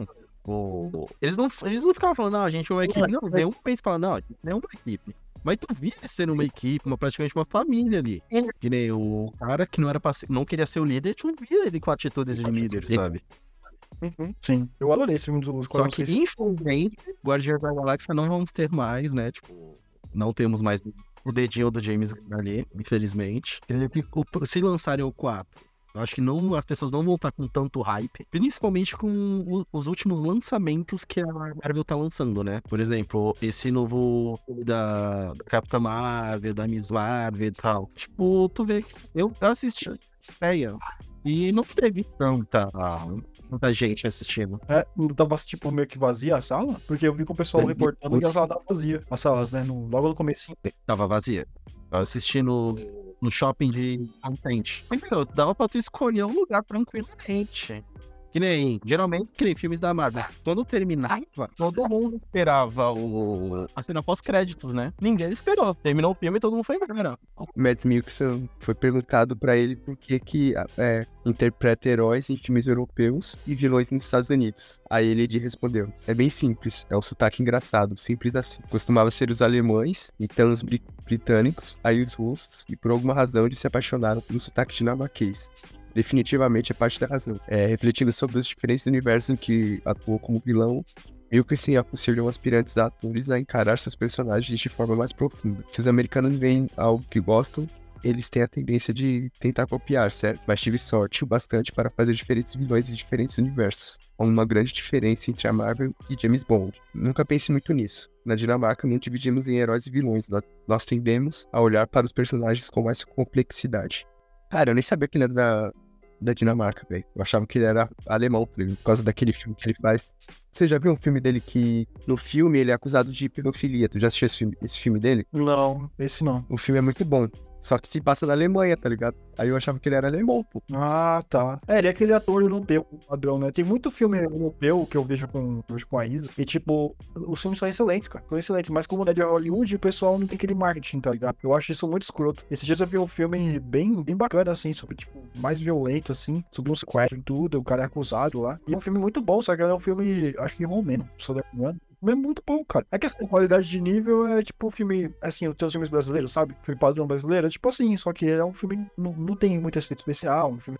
o- eles, não, eles não ficavam falando, não, a gente é uma equipe. Não, nenhum pensa fala, não, a gente não é uma equipe. Mas tu via ele sendo uma equipe, uma, praticamente uma família ali. Que nem o cara que não, era pra ser- não queria ser o líder, tu via ele com atitudes de líder, sabe? Uhum, sim. Eu adorei esse filme dos Só Esquadrão que, Suicida. infelizmente, Guardiões da Galáxia não vamos ter mais, né? Tipo, não temos mais o dedinho do James Gunn ali, infelizmente. Creio que o- Se lançarem o quatro, eu acho que não, as pessoas não vão estar com tanto hype. Principalmente com o- os últimos lançamentos que a Marvel tá lançando, né? Por exemplo, esse novo filme da, da Capitã Marvel, da Miss Marvel e tal. Tipo, tu vê, eu assisti a estreia e não teve tanta, tanta gente assistindo. É, não tava, tipo, meio que vazia a sala? Porque eu vi com o pessoal reportando que a sala tava vazia. As salas, né? No, logo no comecinho. Tava vazia. Eu assisti no, no shopping de Contente. Mas, meu, dava pra tu escolher um lugar tranquilamente. Que nem, geralmente, que nem filmes da Marvel. Quando terminava, todo mundo esperava o, a cena pós-créditos, né? Ninguém esperou. Terminou o filme e todo mundo foi embora. Mads Mikkelsen foi perguntado pra ele por que que é, interpreta heróis em filmes europeus e vilões nos Estados Unidos. Aí ele respondeu, é bem simples, é um sotaque engraçado, simples assim. Costumava ser os alemães, então os bri- britânicos, aí os russos, e por alguma razão eles se apaixonaram pelo sotaque dinamarquês. Definitivamente é parte da razão. É, refletindo sobre os diferentes universos em que atuou como vilão, Mikkelsen aconselhou aspirantes a atores a encarar seus personagens de forma mais profunda. Se os americanos veem algo que gostam, eles têm a tendência de tentar copiar, certo? Mas tive sorte o bastante para fazer diferentes vilões em diferentes universos. Há uma grande diferença entre a Marvel e James Bond. Nunca pense muito nisso. Na Dinamarca não dividimos em heróis e vilões. Nós- Nós tendemos a olhar para os personagens com mais complexidade. Cara, eu nem sabia que ele era da, da Dinamarca, velho. Eu achava que ele era alemão, tá ligado? Por causa daquele filme que ele faz. Você já viu um filme dele que, no filme, ele é acusado de pedofilia? Tu já assistiu esse filme, esse filme dele? Não, esse não. O filme é muito bom. Só que se passa na Alemanha, tá ligado? Aí eu achava que ele era alemão, pô. Ah, tá. É, ele é aquele ator europeu padrão, né? Tem muito filme europeu que eu vejo com, eu vejo com a Isa. E, tipo, os filmes são excelentes, cara. São excelentes. Mas como é de Hollywood, o pessoal não tem aquele marketing, tá ligado? Eu acho isso muito escroto. Esses dias eu vi um filme bem, bem bacana, assim, sobre, tipo, mais violento, assim, sobre um sequestro e tudo. O cara é acusado lá. E é um filme muito bom, só que é um filme, acho que romeno, se eu não me engano. É muito bom, cara. É que assim, a qualidade de nível é tipo filme, assim, os teus filmes brasileiros, sabe? Filme padrão brasileiro, é tipo assim, só que é um filme, não, não tem muito efeito especial, um filme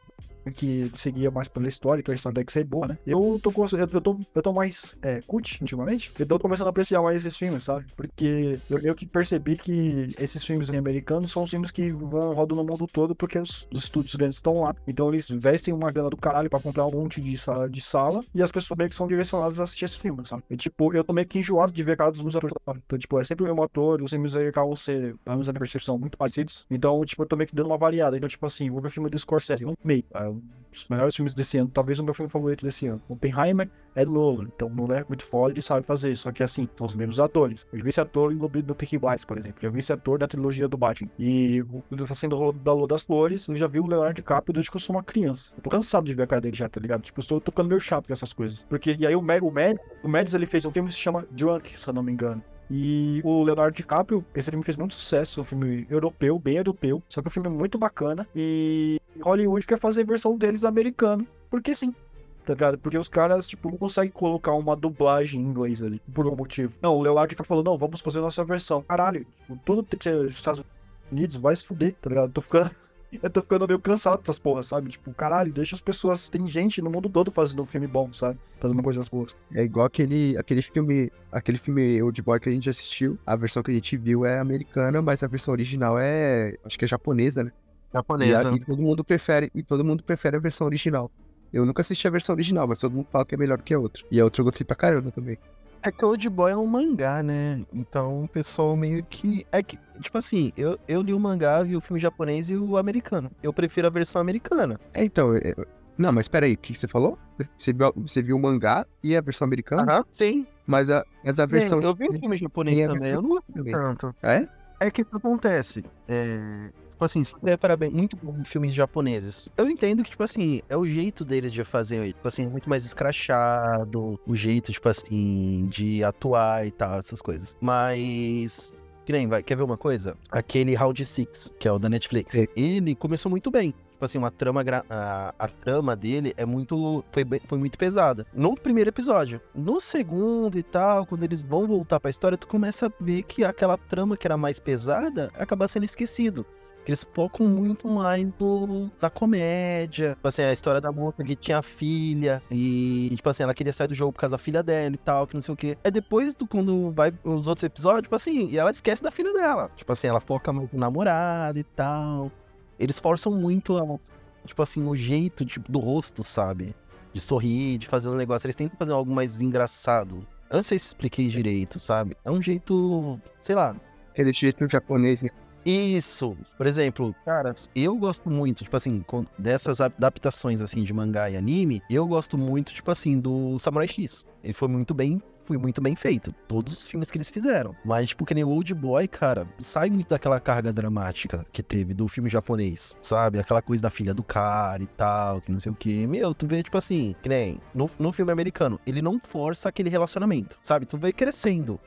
que seguia mais pela história, então a história tem que ser boa, né? Eu tô, eu, eu tô, eu tô mais é, cult ultimamente, eu tô começando a apreciar mais esses filmes, sabe? Porque eu, eu que percebi que esses filmes americanos são os filmes que vão rodando no mundo todo, porque os, os estúdios grandes estão lá. Então eles vestem uma grana do caralho pra comprar um monte de sala, de sala e as pessoas meio que são direcionadas a assistir esse filme, sabe? E, tipo, eu tô meio que enjoado de ver cada dos meus atores. Então, tipo, é sempre o mesmo ator, os filmes aí acabam ser, pelo menos na minha percepção, muito parecidos. Então, tipo, eu tô meio que dando uma variada. Então, tipo assim, vou ver o filme do Scorsese, um meio. É um dos melhores filmes desse ano, talvez o meu filme favorito desse ano. Oppenheimer é Nolan, então o Nolan é muito foda, ele sabe fazer, só que assim, são os mesmos atores. Eu vi esse ator envolvido no Peaky Blinders, por exemplo. Já vi esse ator da trilogia do Batman. E ele tá sendo da Lua das Flores, eu já vi o Leonardo DiCaprio desde que eu sou uma criança. Eu tô cansado de ver a cara dele já, tá ligado? Tipo, eu tô, tô ficando meio chato com essas coisas. Porque, e aí o, Mad, o, Mad, o Mads, ele fez um filme que se chama Drunk, se eu não me engano. E o Leonardo DiCaprio, esse filme fez muito sucesso, um filme europeu, bem europeu, só que um filme muito bacana, e Hollywood quer fazer a versão deles americano, porque sim, tá ligado? Porque os caras, tipo, não conseguem colocar uma dublagem em inglês ali, por algum motivo. Não, o Leonardo DiCaprio falou, não, vamos fazer a nossa versão. Caralho, tipo, tudo tem que ser nos Estados Unidos, vai se fuder, tá ligado? Eu tô ficando... Eu tô ficando meio cansado dessas porras, sabe? Tipo, caralho, deixa as pessoas... Tem gente no mundo todo fazendo um filme bom, sabe? Fazendo coisas boas. É igual aquele, aquele filme, aquele filme Old Boy que a gente assistiu. A versão que a gente viu é americana, mas a versão original é... Acho que é japonesa, né? Japonesa. E, a, e todo mundo prefere, e todo mundo prefere a versão original. Eu nunca assisti a versão original, mas todo mundo fala que é melhor que a outra. E a outra eu gostei pra caramba também. É que o Old Boy é um mangá, né? Então o pessoal meio que... É que, tipo assim, eu, eu li o mangá, vi o filme japonês e o americano. Eu prefiro a versão americana. É, então... Eu... Não, mas peraí, o que você falou? Você viu, você viu o mangá e a versão americana? Aham, sim. Mas a, mas a versão... Eu vi o filme japonês a também, versão eu não gostei também. tanto. É? É que o que acontece? É... Tipo assim, se você reparar bem, muito bom em filmes japoneses. Eu entendo que, tipo assim, é o jeito deles de fazer, tipo assim, muito mais escrachado, o jeito, tipo assim, de atuar e tal, essas coisas. Mas... Que nem, vai, quer ver uma coisa? Aquele Round Six, que é o da Netflix, É. ele começou muito bem. Tipo assim, uma trama gra... a, a trama dele é muito foi, bem, foi muito pesada. No primeiro episódio. No segundo e tal, quando eles vão voltar pra história, tu começa a ver que aquela trama que era mais pesada acaba sendo esquecido. Eles focam muito mais no, na comédia. Tipo assim, a história da moça que tinha filha. E, tipo assim, ela queria sair do jogo por causa da filha dela e tal, que não sei o quê. É depois do quando vai os outros episódios, tipo assim, e ela esquece da filha dela. Tipo assim, ela foca no namorado e tal. Eles forçam muito, a, tipo assim, o jeito tipo, do rosto, sabe? De sorrir, de fazer um negócio. Eles tentam fazer algo mais engraçado. Eu não sei se expliquei direito, sabe? É um jeito, sei lá. Aquele jeito japonês, né? Isso, por exemplo, cara, eu gosto muito, tipo assim, dessas adaptações, assim, de mangá e anime, eu gosto muito, tipo assim, do Samurai X. Ele foi muito bem, foi muito bem feito, todos os filmes que eles fizeram. Mas, tipo, que nem o Old Boy, cara, sai muito daquela carga dramática que teve do filme japonês, sabe? Aquela coisa da filha do cara e tal, que não sei o que. Meu, tu vê, tipo assim, que nem no, no filme americano, ele não força aquele relacionamento, sabe? Tu vê crescendo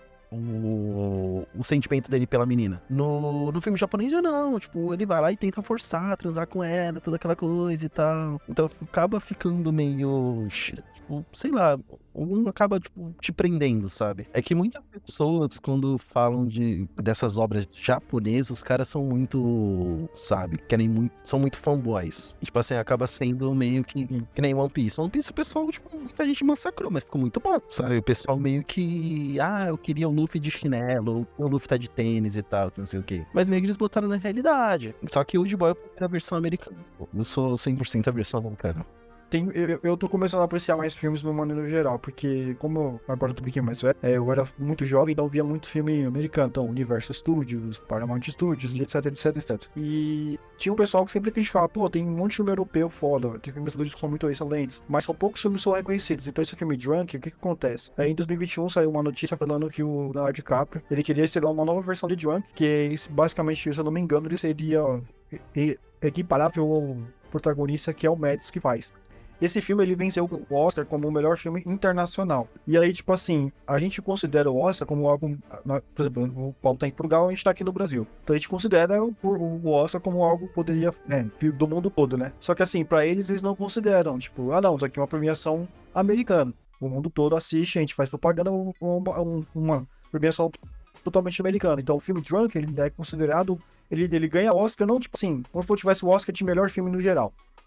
O, o sentimento dele pela menina. No, no filme japonês já não, tipo, ele vai lá e tenta forçar, transar com ela, toda aquela coisa e tal. Então acaba ficando meio, tipo, sei lá, um acaba, tipo, te prendendo, sabe? É que muitas pessoas, quando falam de, dessas obras japonesas, os caras são muito, sabe, querem muito, são muito fanboys. E, tipo assim, acaba sendo meio que, que nem One Piece. One Piece o pessoal, tipo, muita gente massacrou, mas ficou muito bom, sabe? O pessoal meio que, ah, eu queria o Luffy de chinelo, ou o Luffy tá de tênis e tal, não sei o quê. Mas meio que eles botaram na realidade. Só que o Old Boy é a versão americana. Eu sou cem por cento a versão americana. Tem, eu, eu tô começando a apreciar mais filmes no maneiro geral, porque como eu, agora eu tô um pouquinho mais velho, é, eu era muito jovem, então eu via muito filme americano, então Universal Studios, Paramount Studios, etc, etc, etcétera. E tinha um pessoal que sempre criticava, pô, tem um monte de filme europeu foda, tem filmes que são muito excelentes, mas são poucos filmes que são reconhecidos. Então esse filme Drunk, o que que acontece? Aí em dois mil e vinte e um saiu uma notícia falando que o Leonardo DiCaprio, ele queria estrear uma nova versão de Drunk, que basicamente, se eu não me engano, ele seria ó, equiparável ao protagonista que é o Mads que faz. Esse filme, ele venceu o Oscar como o melhor filme internacional. E aí, tipo assim, a gente considera o Oscar como algo... Por exemplo, o Paulo tá em Portugal, a gente tá aqui no Brasil. Então a gente considera o, o Oscar como algo que poderia... É, do mundo todo, né? Só que assim, pra eles, eles não consideram. Tipo, ah não, isso aqui é uma premiação americana. O mundo todo assiste, a gente faz propaganda, uma, uma premiação totalmente americana. Então o filme Drunk, ele é considerado... Ele, ele ganha Oscar, não tipo assim, como se tivesse o Oscar de melhor filme no geral.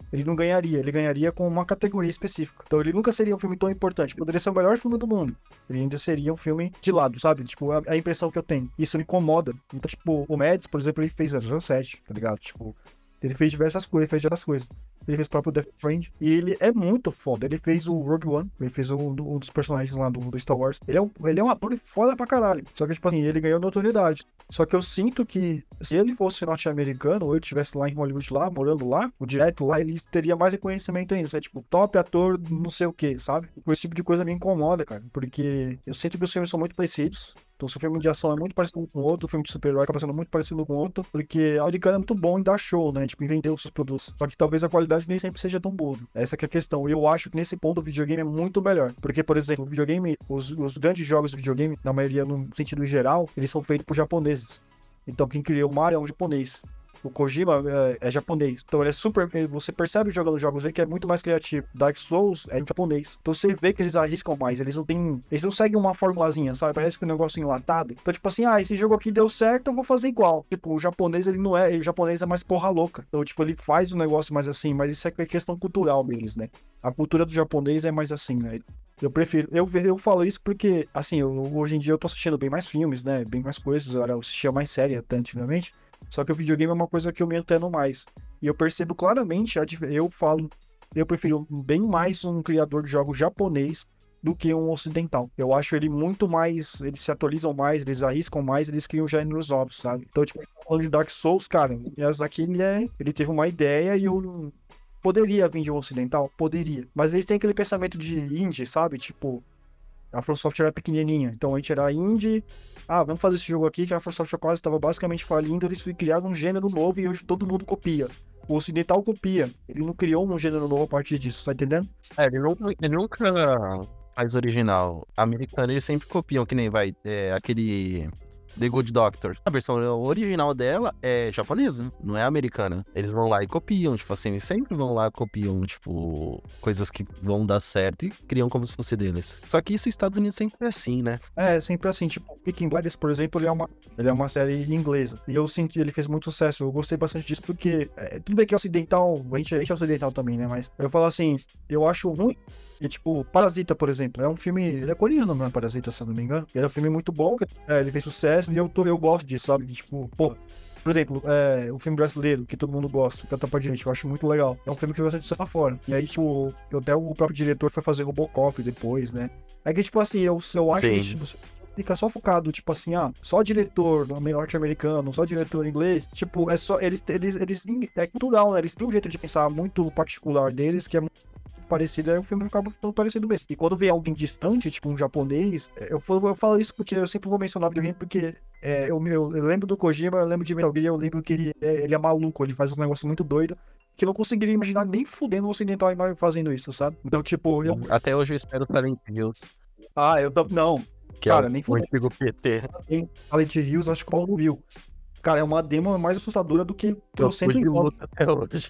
ele não ganharia. Ele ganharia com uma categoria específica. Então ele nunca seria um filme tão importante. Poderia ser o melhor filme do mundo. Ele ainda seria um filme de lado, sabe? Tipo, a, a impressão que eu tenho. Isso me incomoda. Então, tipo, o Mads, por exemplo, ele fez zero zero sete, tá ligado? Tipo, ele fez diversas coisas, ele fez diversas coisas. Ele fez o próprio Death Stranding. E ele é muito foda. Ele fez o Rogue One. Ele fez um, um dos personagens lá do, do Star Wars. Ele é, um, ele é um ator foda pra caralho. Só que, tipo assim, ele ganhou notoriedade. Só que eu sinto que se ele fosse norte-americano, ou ele estivesse lá em Hollywood, lá, morando lá, o direto lá, ele teria mais reconhecimento ainda. Sabe? Tipo, top ator, não sei o que, sabe? Esse tipo de coisa me incomoda, cara. Porque eu sinto que os filmes são muito parecidos. Então, se o filme de ação é muito parecido com o outro, o filme de super-herói acaba sendo muito parecido com o outro, porque a americana é muito bom em dar show, né? Tipo, em vender os seus produtos. Só que talvez a qualidade nem sempre seja tão boa. Essa que é a questão. E eu acho que nesse ponto o videogame é muito melhor. Porque, por exemplo, o videogame, os, os grandes jogos de videogame, na maioria, no sentido geral, eles são feitos por japoneses. Então, quem criou o Mario é um japonês. O Kojima é, é japonês. Então ele é super... Você percebe jogando jogos aí que é muito mais criativo. Dark Souls é japonês. Então você vê que eles arriscam mais. Eles não têm... Eles não seguem uma formulazinha, sabe? Parece que é um negócio enlatado. Então tipo assim, ah, esse jogo aqui deu certo, eu vou fazer igual. Tipo, o japonês ele não é... O japonês é mais porra louca. Então tipo, ele faz um negócio mais assim. Mas isso é questão cultural deles, né? A cultura do japonês é mais assim, né? Eu prefiro... Eu, eu falo isso porque, assim, eu, hoje em dia eu tô assistindo bem mais filmes, né? Bem mais coisas. Eu assistia mais série até antigamente. Só que o videogame é uma coisa que eu me entendo mais. E eu percebo claramente, eu falo, eu prefiro bem mais um criador de jogos japonês do que um ocidental. Eu acho ele muito mais, eles se atualizam mais, eles arriscam mais, eles criam gêneros novos, sabe? Então, tipo, falando de Dark Souls, cara, Miyazaki, ele, é, ele teve uma ideia e eu poderia vir de um ocidental? Poderia. Mas eles têm aquele pensamento de indie, sabe? Tipo, a From Software era pequenininha, então a gente era indie. Ah, vamos fazer esse jogo aqui, que a From Software quase estava basicamente falindo, eles criaram um gênero novo e hoje todo mundo copia. O ocidental copia, ele não criou um gênero novo a partir disso, tá entendendo? É, ele nunca, ele nunca faz original. Americano, eles sempre copiam, que nem vai, é, aquele The Good Doctor. A versão original dela é japonesa, não é americana. Eles vão lá e copiam, tipo assim, eles sempre vão lá e copiam, tipo, coisas que vão dar certo e criam como se fosse deles. Só que isso nos Estados Unidos sempre é assim, né? É, sempre assim, tipo, Peaky Blinders, por exemplo, ele é uma, ele é uma série inglesa. E eu senti, ele fez muito sucesso, eu gostei bastante disso, porque, é, tudo bem que é ocidental, a gente, a gente é ocidental também, né, mas eu falo assim, eu acho ruim. E, tipo, Parasita, por exemplo, é um filme... Ele é coreano, não é Parasita, se eu não me engano. Ele é um filme muito bom, é, ele fez sucesso e eu, tô, eu gosto disso, sabe? Tipo, pô... Por exemplo, é, o filme brasileiro, que todo mundo gosta, Canta pra Direita, eu acho muito legal. É um filme que eu gosto de lá fora. E aí, tipo, até o próprio diretor foi fazer Robocop depois, né? É que, tipo assim, eu, eu acho Sim. que tipo, fica só focado, tipo assim, ah, só diretor norte-americano, só diretor inglês. Tipo, é só... Eles, eles, eles... É cultural, né? Eles têm um jeito de pensar muito particular deles, que é muito parecido, aí o filme acaba ficando parecido mesmo. E quando vem alguém distante, tipo um japonês, eu falo, eu falo isso porque eu sempre vou mencionar videogame, porque é, eu, eu, eu lembro do Kojima, eu lembro de Metal Gear, eu lembro que ele é, ele é maluco, ele faz um negócio muito doido, que eu não conseguiria imaginar nem fudendo o ocidental fazendo isso, sabe? Então, tipo, eu... Até hoje eu espero o Silent Hills, Ah, eu não, que cara, é nem o fudendo. antigo P T. Em Silent Hills, acho que o Paulo não viu. Cara, é uma demo mais assustadora do que Eu tô cento de e nove. luta até hoje.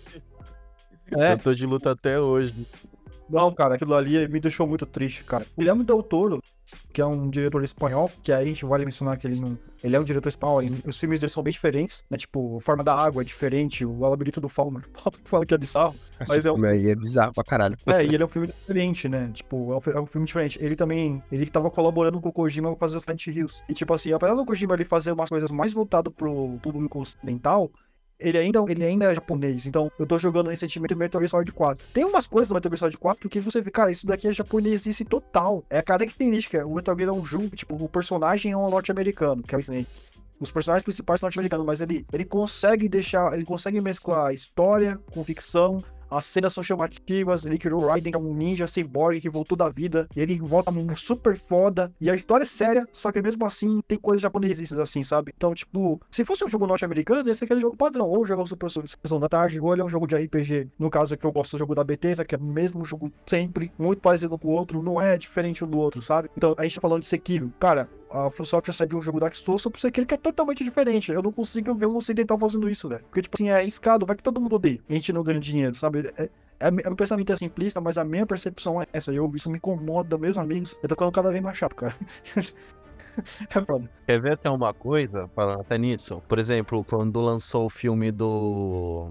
É. Eu tô de luta até hoje. Não, cara, aquilo ali me deixou muito triste, cara. Guilherme Del Toro, que é um diretor espanhol, que aí a gente vale mencionar que ele não... Ele é um diretor espanhol, e os filmes dele são bem diferentes, né? Tipo, Forma da Água é diferente, o Labirinto do Fauno, fala que é bizarro, mas é um... Aí é bizarro pra caralho. É, e ele é um filme diferente, né? Tipo, é um, fi- é um filme diferente. Ele também, ele tava colaborando com o Kojima pra fazer o Silent Hills. E tipo assim, apesar do Kojima ele fazer umas coisas mais voltado pro público ocidental, ele ainda, ele ainda é japonês. Então, eu tô jogando recentemente o Metal Gear Solid quatro. Tem umas coisas do Metal Gear Solid quatro que você vê, cara, isso daqui é japonesice total. É a característica. O Metal Gear é um jogo, tipo, o personagem é um norte-americano, que é o Snake. Os personagens principais são norte-americanos, mas ele, ele consegue deixar, ele consegue mesclar história com ficção. As cenas são chamativas, ele criou o Raiden, que é um ninja cyborg que voltou da vida, e ele volta super foda, e a história é séria, só que mesmo assim tem coisas japonesas assim, sabe? Então, tipo, se fosse um jogo norte-americano, esse é aquele jogo padrão, ou jogar o Super Sessão da Tarde, ou ele é um jogo de R P G, no caso que eu gosto do jogo da Bethesda, que é o mesmo jogo sempre, muito parecido com o outro, não é diferente um do outro, sabe? Então, a gente tá falando de Sekiro, cara, a From Software sai de um jogo Dark Souls pro Sekiro que é totalmente diferente. Eu não consigo ver um ocidental fazendo isso, velho. Porque, tipo assim, é escado, vai que todo mundo odeia. A gente não ganha dinheiro, sabe? É, é, é, meu pensamento é simplista, mas a minha percepção é essa. Eu, isso me incomoda, meus amigos. Eu tô ficando cada vez mais chato, cara. É foda. Quer ver até uma coisa, falando até nisso? Por exemplo, quando lançou o filme do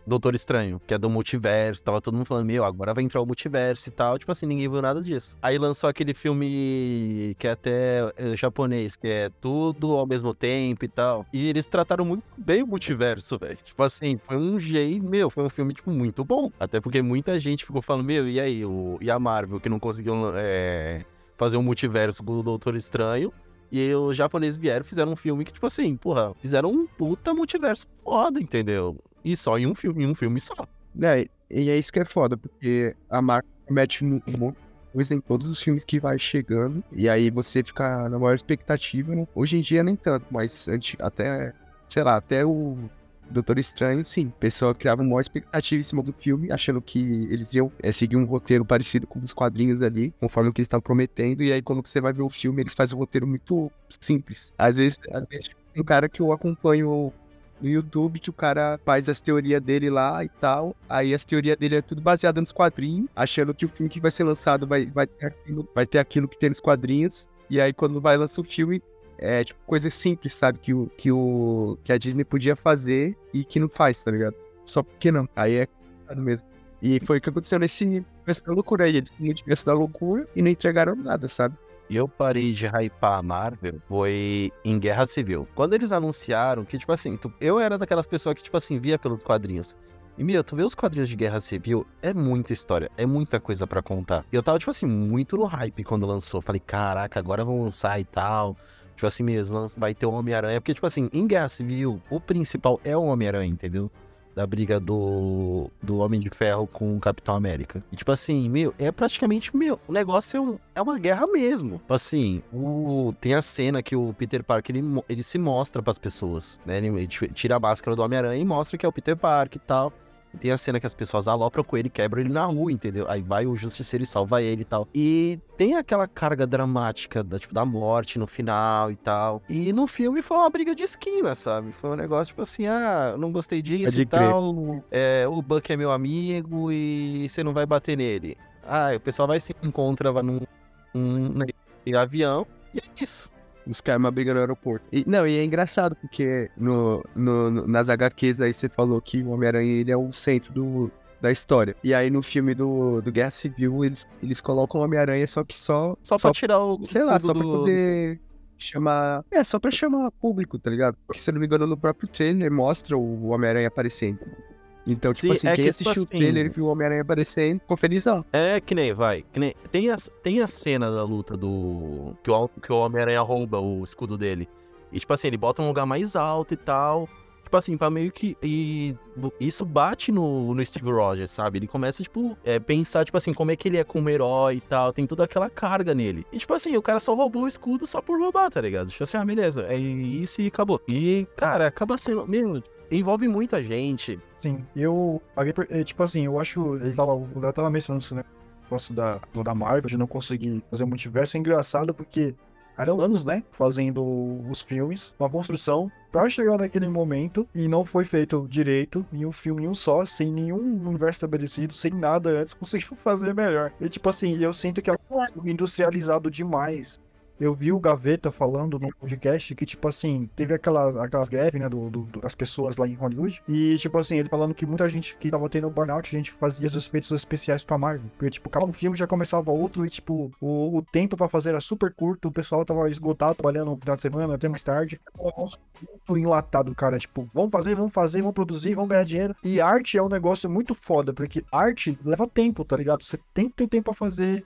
Doutor Estranho, que é do multiverso, tava todo mundo falando, meu, agora vai entrar o multiverso e tal, tipo assim, ninguém viu nada disso. Aí lançou aquele filme que é até é, japonês, que é tudo ao mesmo tempo e tal, e eles trataram muito bem o multiverso, velho. Tipo assim, foi um jeito, meu, foi um filme, tipo, muito bom, até porque muita gente ficou falando, meu, e aí, o, e a Marvel, que não conseguiu é, fazer um multiverso com o Doutor Estranho, e aí os japoneses vieram e fizeram um filme que, tipo assim, porra, fizeram um puta multiverso foda, entendeu? E só em um filme, em um filme só. É, e é isso que é foda, porque a Marvel mete um um monte de coisa em todos os filmes que vai chegando, e aí você fica na maior expectativa, né? Hoje em dia nem tanto, mas antes, até, sei lá, até o Doutor Estranho, sim. O pessoal criava uma maior expectativa em cima do filme, achando que eles iam é, seguir um roteiro parecido com os quadrinhos ali, conforme o que eles estavam prometendo, e aí quando você vai ver o filme, eles fazem um roteiro muito simples. Às vezes, às vezes tem um cara que eu acompanho no YouTube, que o cara faz as teorias dele lá e tal, aí as teorias dele é tudo baseado nos quadrinhos, achando que o filme que vai ser lançado vai, vai, ter, aquilo, vai ter aquilo que tem nos quadrinhos, e aí quando vai lançar o filme, é tipo coisa simples, sabe, que, o, que, o, que a Disney podia fazer e que não faz, tá ligado? Só porque não, aí é complicado mesmo. E foi o que aconteceu nesse universo da loucura aí, eles tinham universo da loucura e não entregaram nada, sabe? Eu parei de hypar a Marvel foi em Guerra Civil. Quando eles anunciaram que, tipo assim, tu- eu era daquelas pessoas que, tipo assim, via pelos quadrinhos. E, meu, tu vê os quadrinhos de Guerra Civil, é muita história, é muita coisa pra contar. E eu tava, tipo assim, muito no hype quando lançou. Falei, caraca, agora vão lançar e tal. Tipo assim, mesmo, vai ter o Homem-Aranha. Porque, tipo assim, em Guerra Civil, o principal é o Homem-Aranha, entendeu? Da briga do, do Homem de Ferro com o Capitão América. E, tipo assim, meu, é praticamente, meu, o negócio é, um, é uma guerra mesmo. Tipo assim, o, tem a cena que o Peter Parker, ele, mo- ele se mostra pras pessoas, né? Ele, ele tira a máscara do Homem-Aranha e mostra que é o Peter Parker e tal. E tem a cena que as pessoas alopram com ele, quebram ele na rua, entendeu? Aí vai o Justiceiro e salva ele e tal. E tem aquela carga dramática da, tipo, da morte no final e tal. E no filme foi uma briga de esquina, sabe? Foi um negócio tipo assim, ah, eu não gostei disso Pode e crer. tal. É, o Buck é meu amigo e você não vai bater nele. Ah, o pessoal vai se encontra vai num, num, num avião e é isso. Os caras uma briga no aeroporto. E, não, e é engraçado, porque no, no, no- nas H Qs aí você falou que o Homem-Aranha ele é o centro do, da história. E aí no filme do, do Guerra Civil, eles, eles colocam o Homem-Aranha só que só... Só pra tirar o. sei lá, tudo só pra do- poder chamar... É, só pra chamar público, tá ligado? Porque se eu não me engano, no próprio trailer mostra o Homem-Aranha aparecendo. Então, tipo Sim, assim, é quem que, tipo assistiu o assim, trailer e viu o Homem-Aranha aparecendo, ficou felizão. É que nem, vai. Que nem, tem, a, tem a cena da luta do. Que o, que o Homem-Aranha rouba o escudo dele. E, tipo assim, ele bota um lugar mais alto e tal. Tipo assim, pra meio que. E isso bate no, no Steve Rogers, sabe? Ele começa, tipo, é, pensar, tipo assim, como é que ele é como herói e tal. Tem toda aquela carga nele. E, tipo assim, o cara só roubou o escudo só por roubar, tá ligado? Tipo assim, ah, beleza. É isso e acabou. E, cara, acaba sendo. Meu, envolve muita gente. Sim, eu paguei por, é, tipo assim, eu acho, ele tava, o Léo tava mencionando isso, né, negócio da, do- da Marvel, de não conseguir fazer o multiverso, é engraçado porque eram anos, né, fazendo os filmes, uma construção pra chegar naquele momento e não foi feito direito em um filme em um só, sem nenhum universo estabelecido, sem nada antes, conseguiu fazer melhor. E tipo assim, eu sinto que é industrializado demais. Eu vi o Gaveta falando no podcast que, tipo assim, teve aquela, aquelas greves, né, do, do- das pessoas lá em Hollywood. E, tipo assim, ele falando que muita gente que tava tendo burnout, gente que fazia os efeitos especiais pra Marvel. Porque, tipo, cada um filme já começava outro e, tipo, o, o tempo pra fazer era super curto, o pessoal tava esgotado, trabalhando no final de semana, até mais tarde. É um negócio muito enlatado, cara. Tipo, vamos fazer, vamos fazer, vamos produzir, vamos ganhar dinheiro. E arte é um negócio muito foda, porque arte leva tempo, tá ligado? Você tem que ter tempo pra fazer.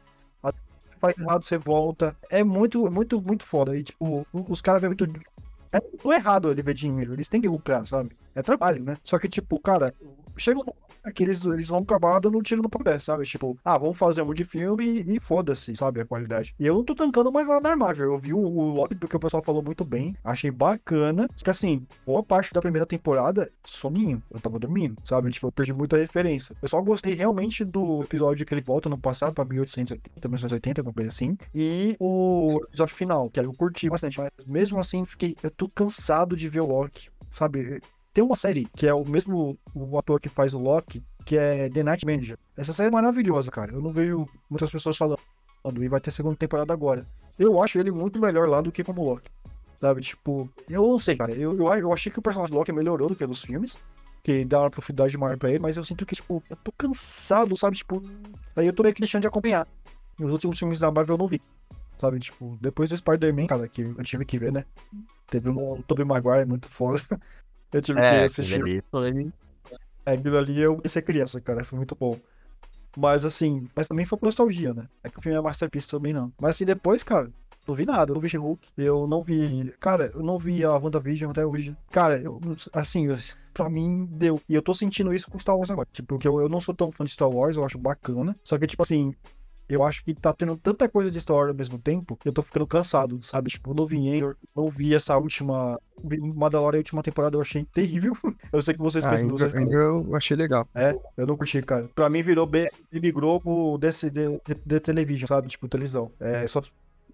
Faz errado, você volta. É muito, muito, muito foda. E, tipo, os caras veem muito. É não é errado ele ver dinheiro, eles têm que lucrar, sabe? É trabalho, né? Só que, tipo, cara, chega um momento que eles, eles vão acabar dando um tiro no pé, sabe? Tipo, ah, vamos fazer um de filme e, e foda-se, sabe? A qualidade. E eu não tô tancando mais nada na Marvel. Eu vi o, o Loki, porque o pessoal falou muito bem, achei bacana. Só que, assim, boa parte da primeira temporada, soninho, eu tava dormindo, sabe? Tipo, eu perdi muita referência. Eu só gostei realmente do episódio que ele volta no passado, pra mil oitocentos e oitenta, mil novecentos e oitenta, alguma coisa assim. E o episódio final, que aí eu curti bastante, mas mesmo assim, fiquei, eu tô cansado de ver o Loki, sabe? Tem uma série que é o mesmo o ator que faz o Loki, que é The Night Manager. Essa série é maravilhosa, cara. Eu não vejo muitas pessoas falando e vai ter segunda temporada agora. Eu acho ele muito melhor lá do que como Loki, sabe? Tipo, eu não sei, cara. Eu, eu, eu achei que o personagem do Loki melhorou do que nos filmes. que dá uma profundidade maior pra ele, mas eu sinto que, tipo, eu tô cansado, sabe? Tipo, aí eu tô meio que deixando de acompanhar. E os últimos filmes da Marvel eu não vi, sabe? Tipo, depois do Spider-Man, cara, que eu tive que ver, né? Teve um Tobey Maguire muito foda. Eu tive que assistir. ali foi... É, aquilo ali eu comecei criança, cara, foi muito bom. Mas assim, mas também foi por nostalgia, né? É que o filme é masterpiece também não. Mas assim, depois, cara, não vi nada, eu não vi She-Hulk, eu não vi... Cara, eu não vi a WandaVision até hoje. Cara, eu, assim, eu, pra mim, deu. E eu tô sentindo isso com Star Wars agora. Tipo, porque eu, eu não sou tão fã de Star Wars, eu acho bacana. Só que, tipo assim, eu acho que tá tendo tanta coisa de Star Wars ao mesmo tempo que eu tô ficando cansado, sabe? Tipo, eu não vi Endor, não vi essa última... Vi Mandalorian, a última temporada eu achei terrível. Eu sei que vocês Ah, pensam... ainda, vocês ainda eu achei legal. É, eu não curti, cara. Pra mim virou B, migrou pro desse de, de, de televisão, sabe? Tipo, televisão. É, só...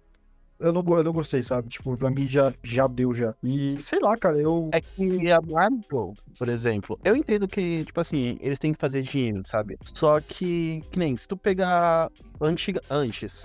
Eu não, eu não gostei, sabe? Tipo, pra mim já, já deu, já. E, sei lá, cara, eu... É que a Marvel, por exemplo, eu entendo que, tipo assim, eles têm que fazer dinheiro, sabe? Só que, que nem, se tu pegar antiga, antes,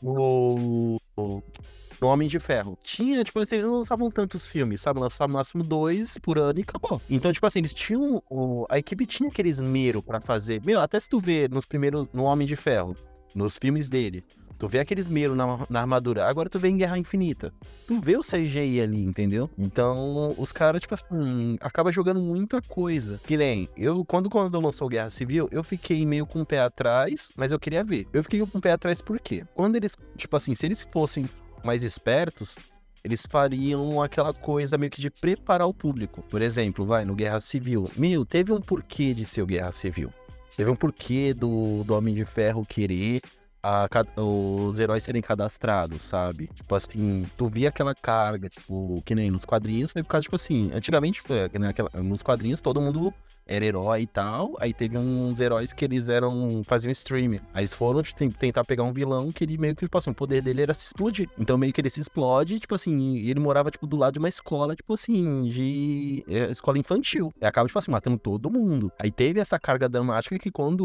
o... o no Homem de Ferro, tinha, tipo assim, eles não lançavam tantos filmes, sabe? Lançavam no máximo dois por ano e acabou. Então, tipo assim, eles tinham, o... a equipe tinha aquele esmero pra fazer. Meu, até se tu vê nos primeiros, no Homem de Ferro, nos filmes dele, tu vê aquele esmero na, na armadura. Agora tu vê em Guerra Infinita. Tu vê o C G I ali, entendeu? Então, os caras, tipo assim, acaba jogando muita coisa. Que nem, eu, quando, quando lançou Guerra Civil, eu fiquei meio com o pé atrás, mas eu queria ver. Eu fiquei com o pé atrás por quê? Quando eles, tipo assim, se eles fossem mais espertos, eles fariam aquela coisa meio que de preparar o público. Por exemplo, vai, no Guerra Civil. Meu, teve um porquê de ser o Guerra Civil. Teve um porquê do, do Homem de Ferro querer a, os heróis serem cadastrados, sabe? Tipo assim, tu via aquela carga, tipo, que nem nos quadrinhos, foi por causa, tipo assim, antigamente, né, aquela, nos quadrinhos, todo mundo era herói e tal, aí teve uns heróis que eles eram, faziam streaming, aí eles foram tentar pegar um vilão que ele meio que, tipo assim, o poder dele era se explodir, então meio que ele se explode, tipo assim, ele morava, tipo, do lado de uma escola, tipo assim, de é, escola infantil, e acaba, tipo assim, matando todo mundo, aí teve essa carga dramática que quando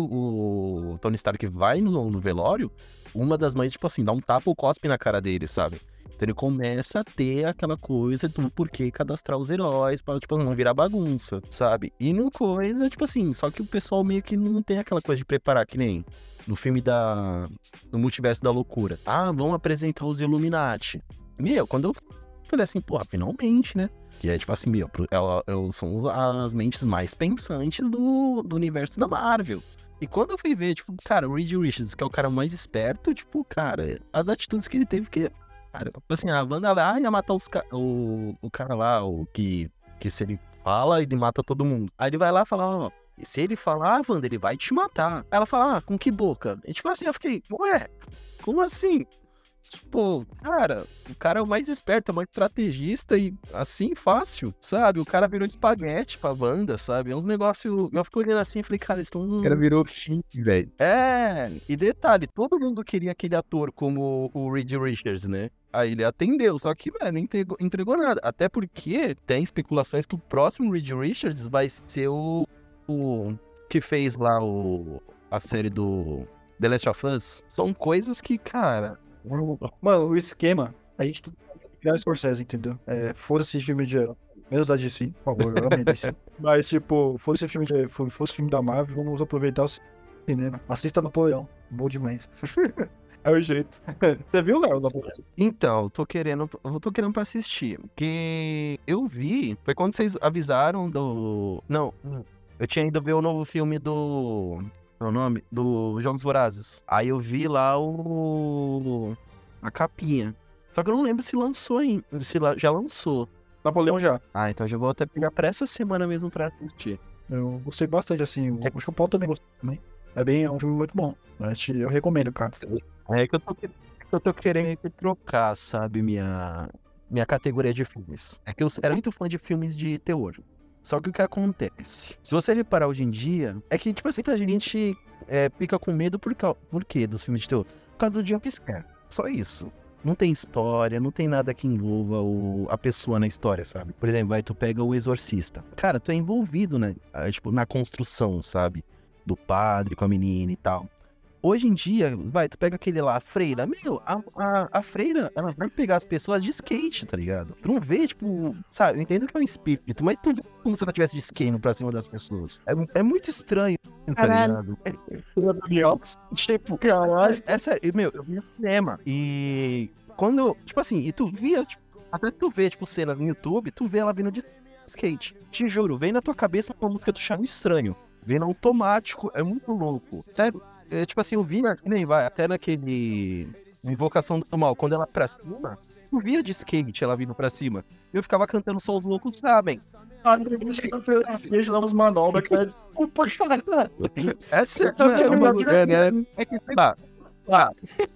o Tony Stark vai no, no velório, uma das mães, tipo assim, dá um tapa ou cospe na cara dele, sabe? Então ele começa a ter aquela coisa do porquê cadastrar os heróis pra, tipo, não virar bagunça, sabe? E no coisa, tipo assim, só que o pessoal meio que não tem aquela coisa de preparar, que nem no filme da... no Multiverso da Loucura. Ah, vamos apresentar os Illuminati. Meu, quando eu falei assim, pô, finalmente, né? Que é tipo assim, meu, são as mentes mais pensantes do, do universo da Marvel. E quando eu fui ver, tipo, cara, o Reed Richards, que é o cara mais esperto, tipo, cara, as atitudes que ele teve, que, cara, tipo assim, a Wanda lá ia matar os ca... o, o cara lá, o que, que se ele fala, ele mata todo mundo. Aí ele vai lá e fala, ó, e se ele falar, ah, Wanda, ele vai te matar. Aí ela fala, ah, com que boca? E tipo assim, eu fiquei, ué, como assim? Tipo, cara, o cara é o mais esperto, é o mais estrategista e assim, fácil, sabe? O cara virou espaguete pra Wanda, sabe? É uns negócios... Eu fico olhando assim e falei, cara, eles estão... O cara virou fim, velho. É, e detalhe, todo mundo queria aquele ator como o Reed Richards, né? Aí ele atendeu, só que, velho, não entregou, entregou nada. Até porque tem especulações que o próximo Reed Richards vai ser o... o que fez lá o, a série do The Last of Us. São coisas que, cara... Mano, o esquema, a gente tem que criar Scorsese, entendeu? É, foda-se filme de herói. Menos da D C, por favor, eu amei D C. Mas, tipo, foda-se filme de foda-se filme da Marvel, vamos aproveitar o cinema. Assista Napoleão, bom demais. É o jeito. Você viu, Léo, Napoleão? Então, tô querendo, eu tô querendo pra assistir. Porque eu vi, foi quando vocês avisaram do... Não, eu tinha ido ver o novo filme do... é o nome? Do Jogos Vorazes. Aí eu vi lá o... a capinha. Só que eu não lembro se lançou ainda. Se já lançou. Napoleão já. Ah, então já vou até pegar pra essa semana mesmo pra assistir. Eu gostei bastante, assim. O acho que o Paulo também gostou também. É bem, é um filme muito bom. Eu recomendo, cara. É que eu tô, eu tô querendo trocar, sabe, minha, minha categoria de filmes. É que eu era muito fã de filmes de terror. Só que o que acontece? Se você reparar hoje em dia, é que, tipo assim, a gente é, fica com medo por, por quê dos filmes de terror? Por causa do jumpscare. Só isso. Não tem história, não tem nada que envolva o, a pessoa na história, sabe? Por exemplo, aí tu pega o Exorcista. Cara, tu é envolvido, né? Tipo, na construção, sabe? Do padre com a menina e tal. hoje em dia, vai, tu pega aquele lá, a freira, meu, a, a, a freira, ela vai pegar as pessoas de skate, tá ligado? Tu não vê, tipo, sabe, eu entendo que é um espírito, mas tu vê como se ela tivesse de skate pra cima das pessoas. É, é muito estranho, tá Caralho. ligado? Tipo, caralho, é sério, meu, eu vi no cinema. E quando, tipo assim, e tu via, tipo, até tu vê, tipo, cenas no YouTube, tu vê ela vindo de skate. Te juro, vem na tua cabeça uma música do Charme Estranho. Vem no automático, é muito louco. Sério, é, tipo assim, eu vi, que nem vai, até naquele Invocação do Mal, quando ela pra cima, eu via de skate ela vindo pra cima. Eu ficava cantando Só os Loucos Sabem. Ah, skate lá nos manobras, cara. Desculpa, cara. É sério, É uma lugar, né? é que, sei lá, ah,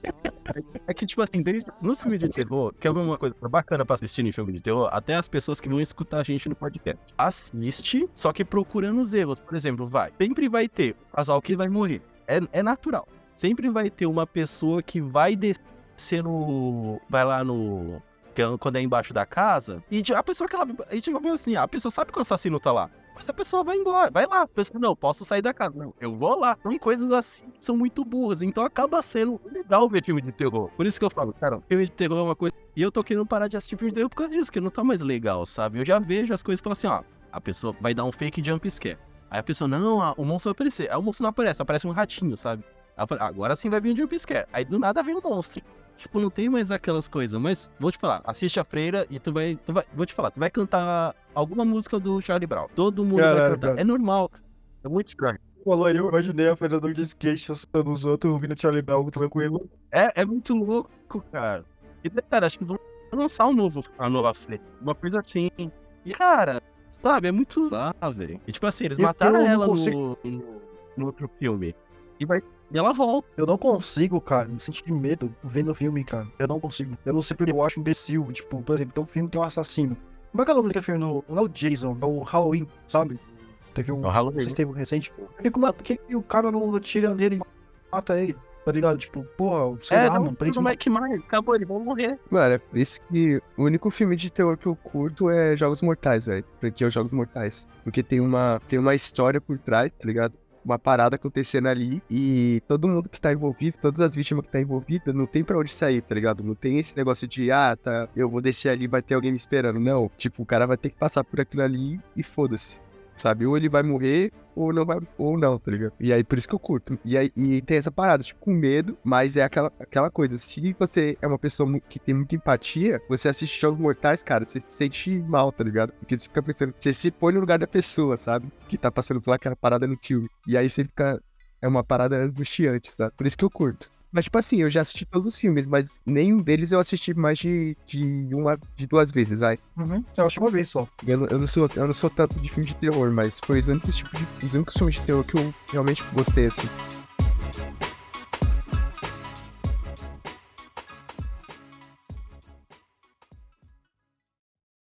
é que, tipo assim, desde, nos filmes de terror, que é uma coisa bacana pra assistir em filme de terror, até as pessoas que vão escutar a gente no podcast. Assiste, só que procurando os erros. Por exemplo, vai, sempre vai ter o casal que vai morrer. É, é natural. Sempre vai ter uma pessoa que vai descer no... vai lá no... quando é embaixo da casa, e a pessoa que ela... E tipo assim, a pessoa sabe que o assassino tá lá. Mas a pessoa vai embora, vai lá. A pessoa, não, posso sair da casa. Não, eu vou lá. Tem coisas assim que são muito burras. Então acaba sendo legal ver filme de terror. Por isso que eu falo, cara, filme de terror é uma coisa... E eu tô querendo parar de assistir filme de terror por causa disso, que não tá mais legal, sabe? Eu já vejo as coisas e falo assim, ó, a pessoa vai dar um fake jump scare. Aí a pessoa, não, a, o monstro vai aparecer. Aí o monstro não aparece, aparece um ratinho, sabe? Aí eu falo, agora sim vai vir um jump scare. Aí do nada vem um monstro. Tipo, não tem mais aquelas coisas, mas vou te falar, assiste a Freira e tu vai, tu vai, vou te falar, tu vai cantar alguma música do Charlie Brown. Todo mundo Caralho, vai cantar. cara. É normal. É muito estranho. Falou aí, eu imaginei a Fernanda de skate assustando os outros, ouvindo Charlie Brown tranquilo. É, é muito louco, cara. E, cara, acho que vão lançar um novo, a nova Freira. Uma coisa assim. E, cara, sabe, é muito lá, velho. E, tipo assim, eles Eu- mataram eu não ela consigo- no, no, no outro filme. E, vai, e ela volta. Eu não consigo, cara, me sentir medo vendo o filme, cara. Eu não consigo. Eu não sei porque eu acho imbecil. Tipo, por exemplo, tem um filme que tem um assassino. Como é que é o nome daquele filme? No- Não é o Jason, é o Halloween, sabe? Teve um. É o Halloween. Não sei se teve um recente. Eu fico, mano, por que que o cara não atira nele e mata ele? Tá ligado? Tipo, porra, sei É, lá, não, mano. Prende o uma... Mike Myers, acabou, eles vão morrer. Mano, é por isso que o único filme de terror que eu curto é Jogos Mortais, velho. Porque é os Jogos Mortais. Porque tem uma, tem uma história por trás, tá ligado? Uma parada acontecendo ali e todo mundo que tá envolvido, todas as vítimas que tá envolvida, não tem pra onde sair, tá ligado? Não tem esse negócio de, ah, tá, eu vou descer ali, vai ter alguém me esperando. Não, tipo, o cara vai ter que passar por aquilo ali e foda-se, sabe? Ou ele vai morrer ou não vai, ou não, tá ligado? E aí, por isso que eu curto. E aí, e tem essa parada, tipo, com medo, mas é aquela, aquela coisa, se você é uma pessoa mu- que tem muita empatia, você assiste Jogos Mortais, cara, você se sente mal, tá ligado? Porque você fica pensando, você se põe no lugar da pessoa, sabe? Que tá passando por aquela parada no filme. E aí você fica, é uma parada angustiante, sabe? Por isso que eu curto. Mas, tipo assim, eu já assisti todos os filmes, mas nenhum deles eu assisti mais de, de uma, de duas vezes, vai. Uhum. Eu acho uma vez só. Eu não, eu, não sou, eu não sou tanto de filme de terror, mas foi os únicos, tipos de, os únicos filmes de terror que eu realmente gostei, assim.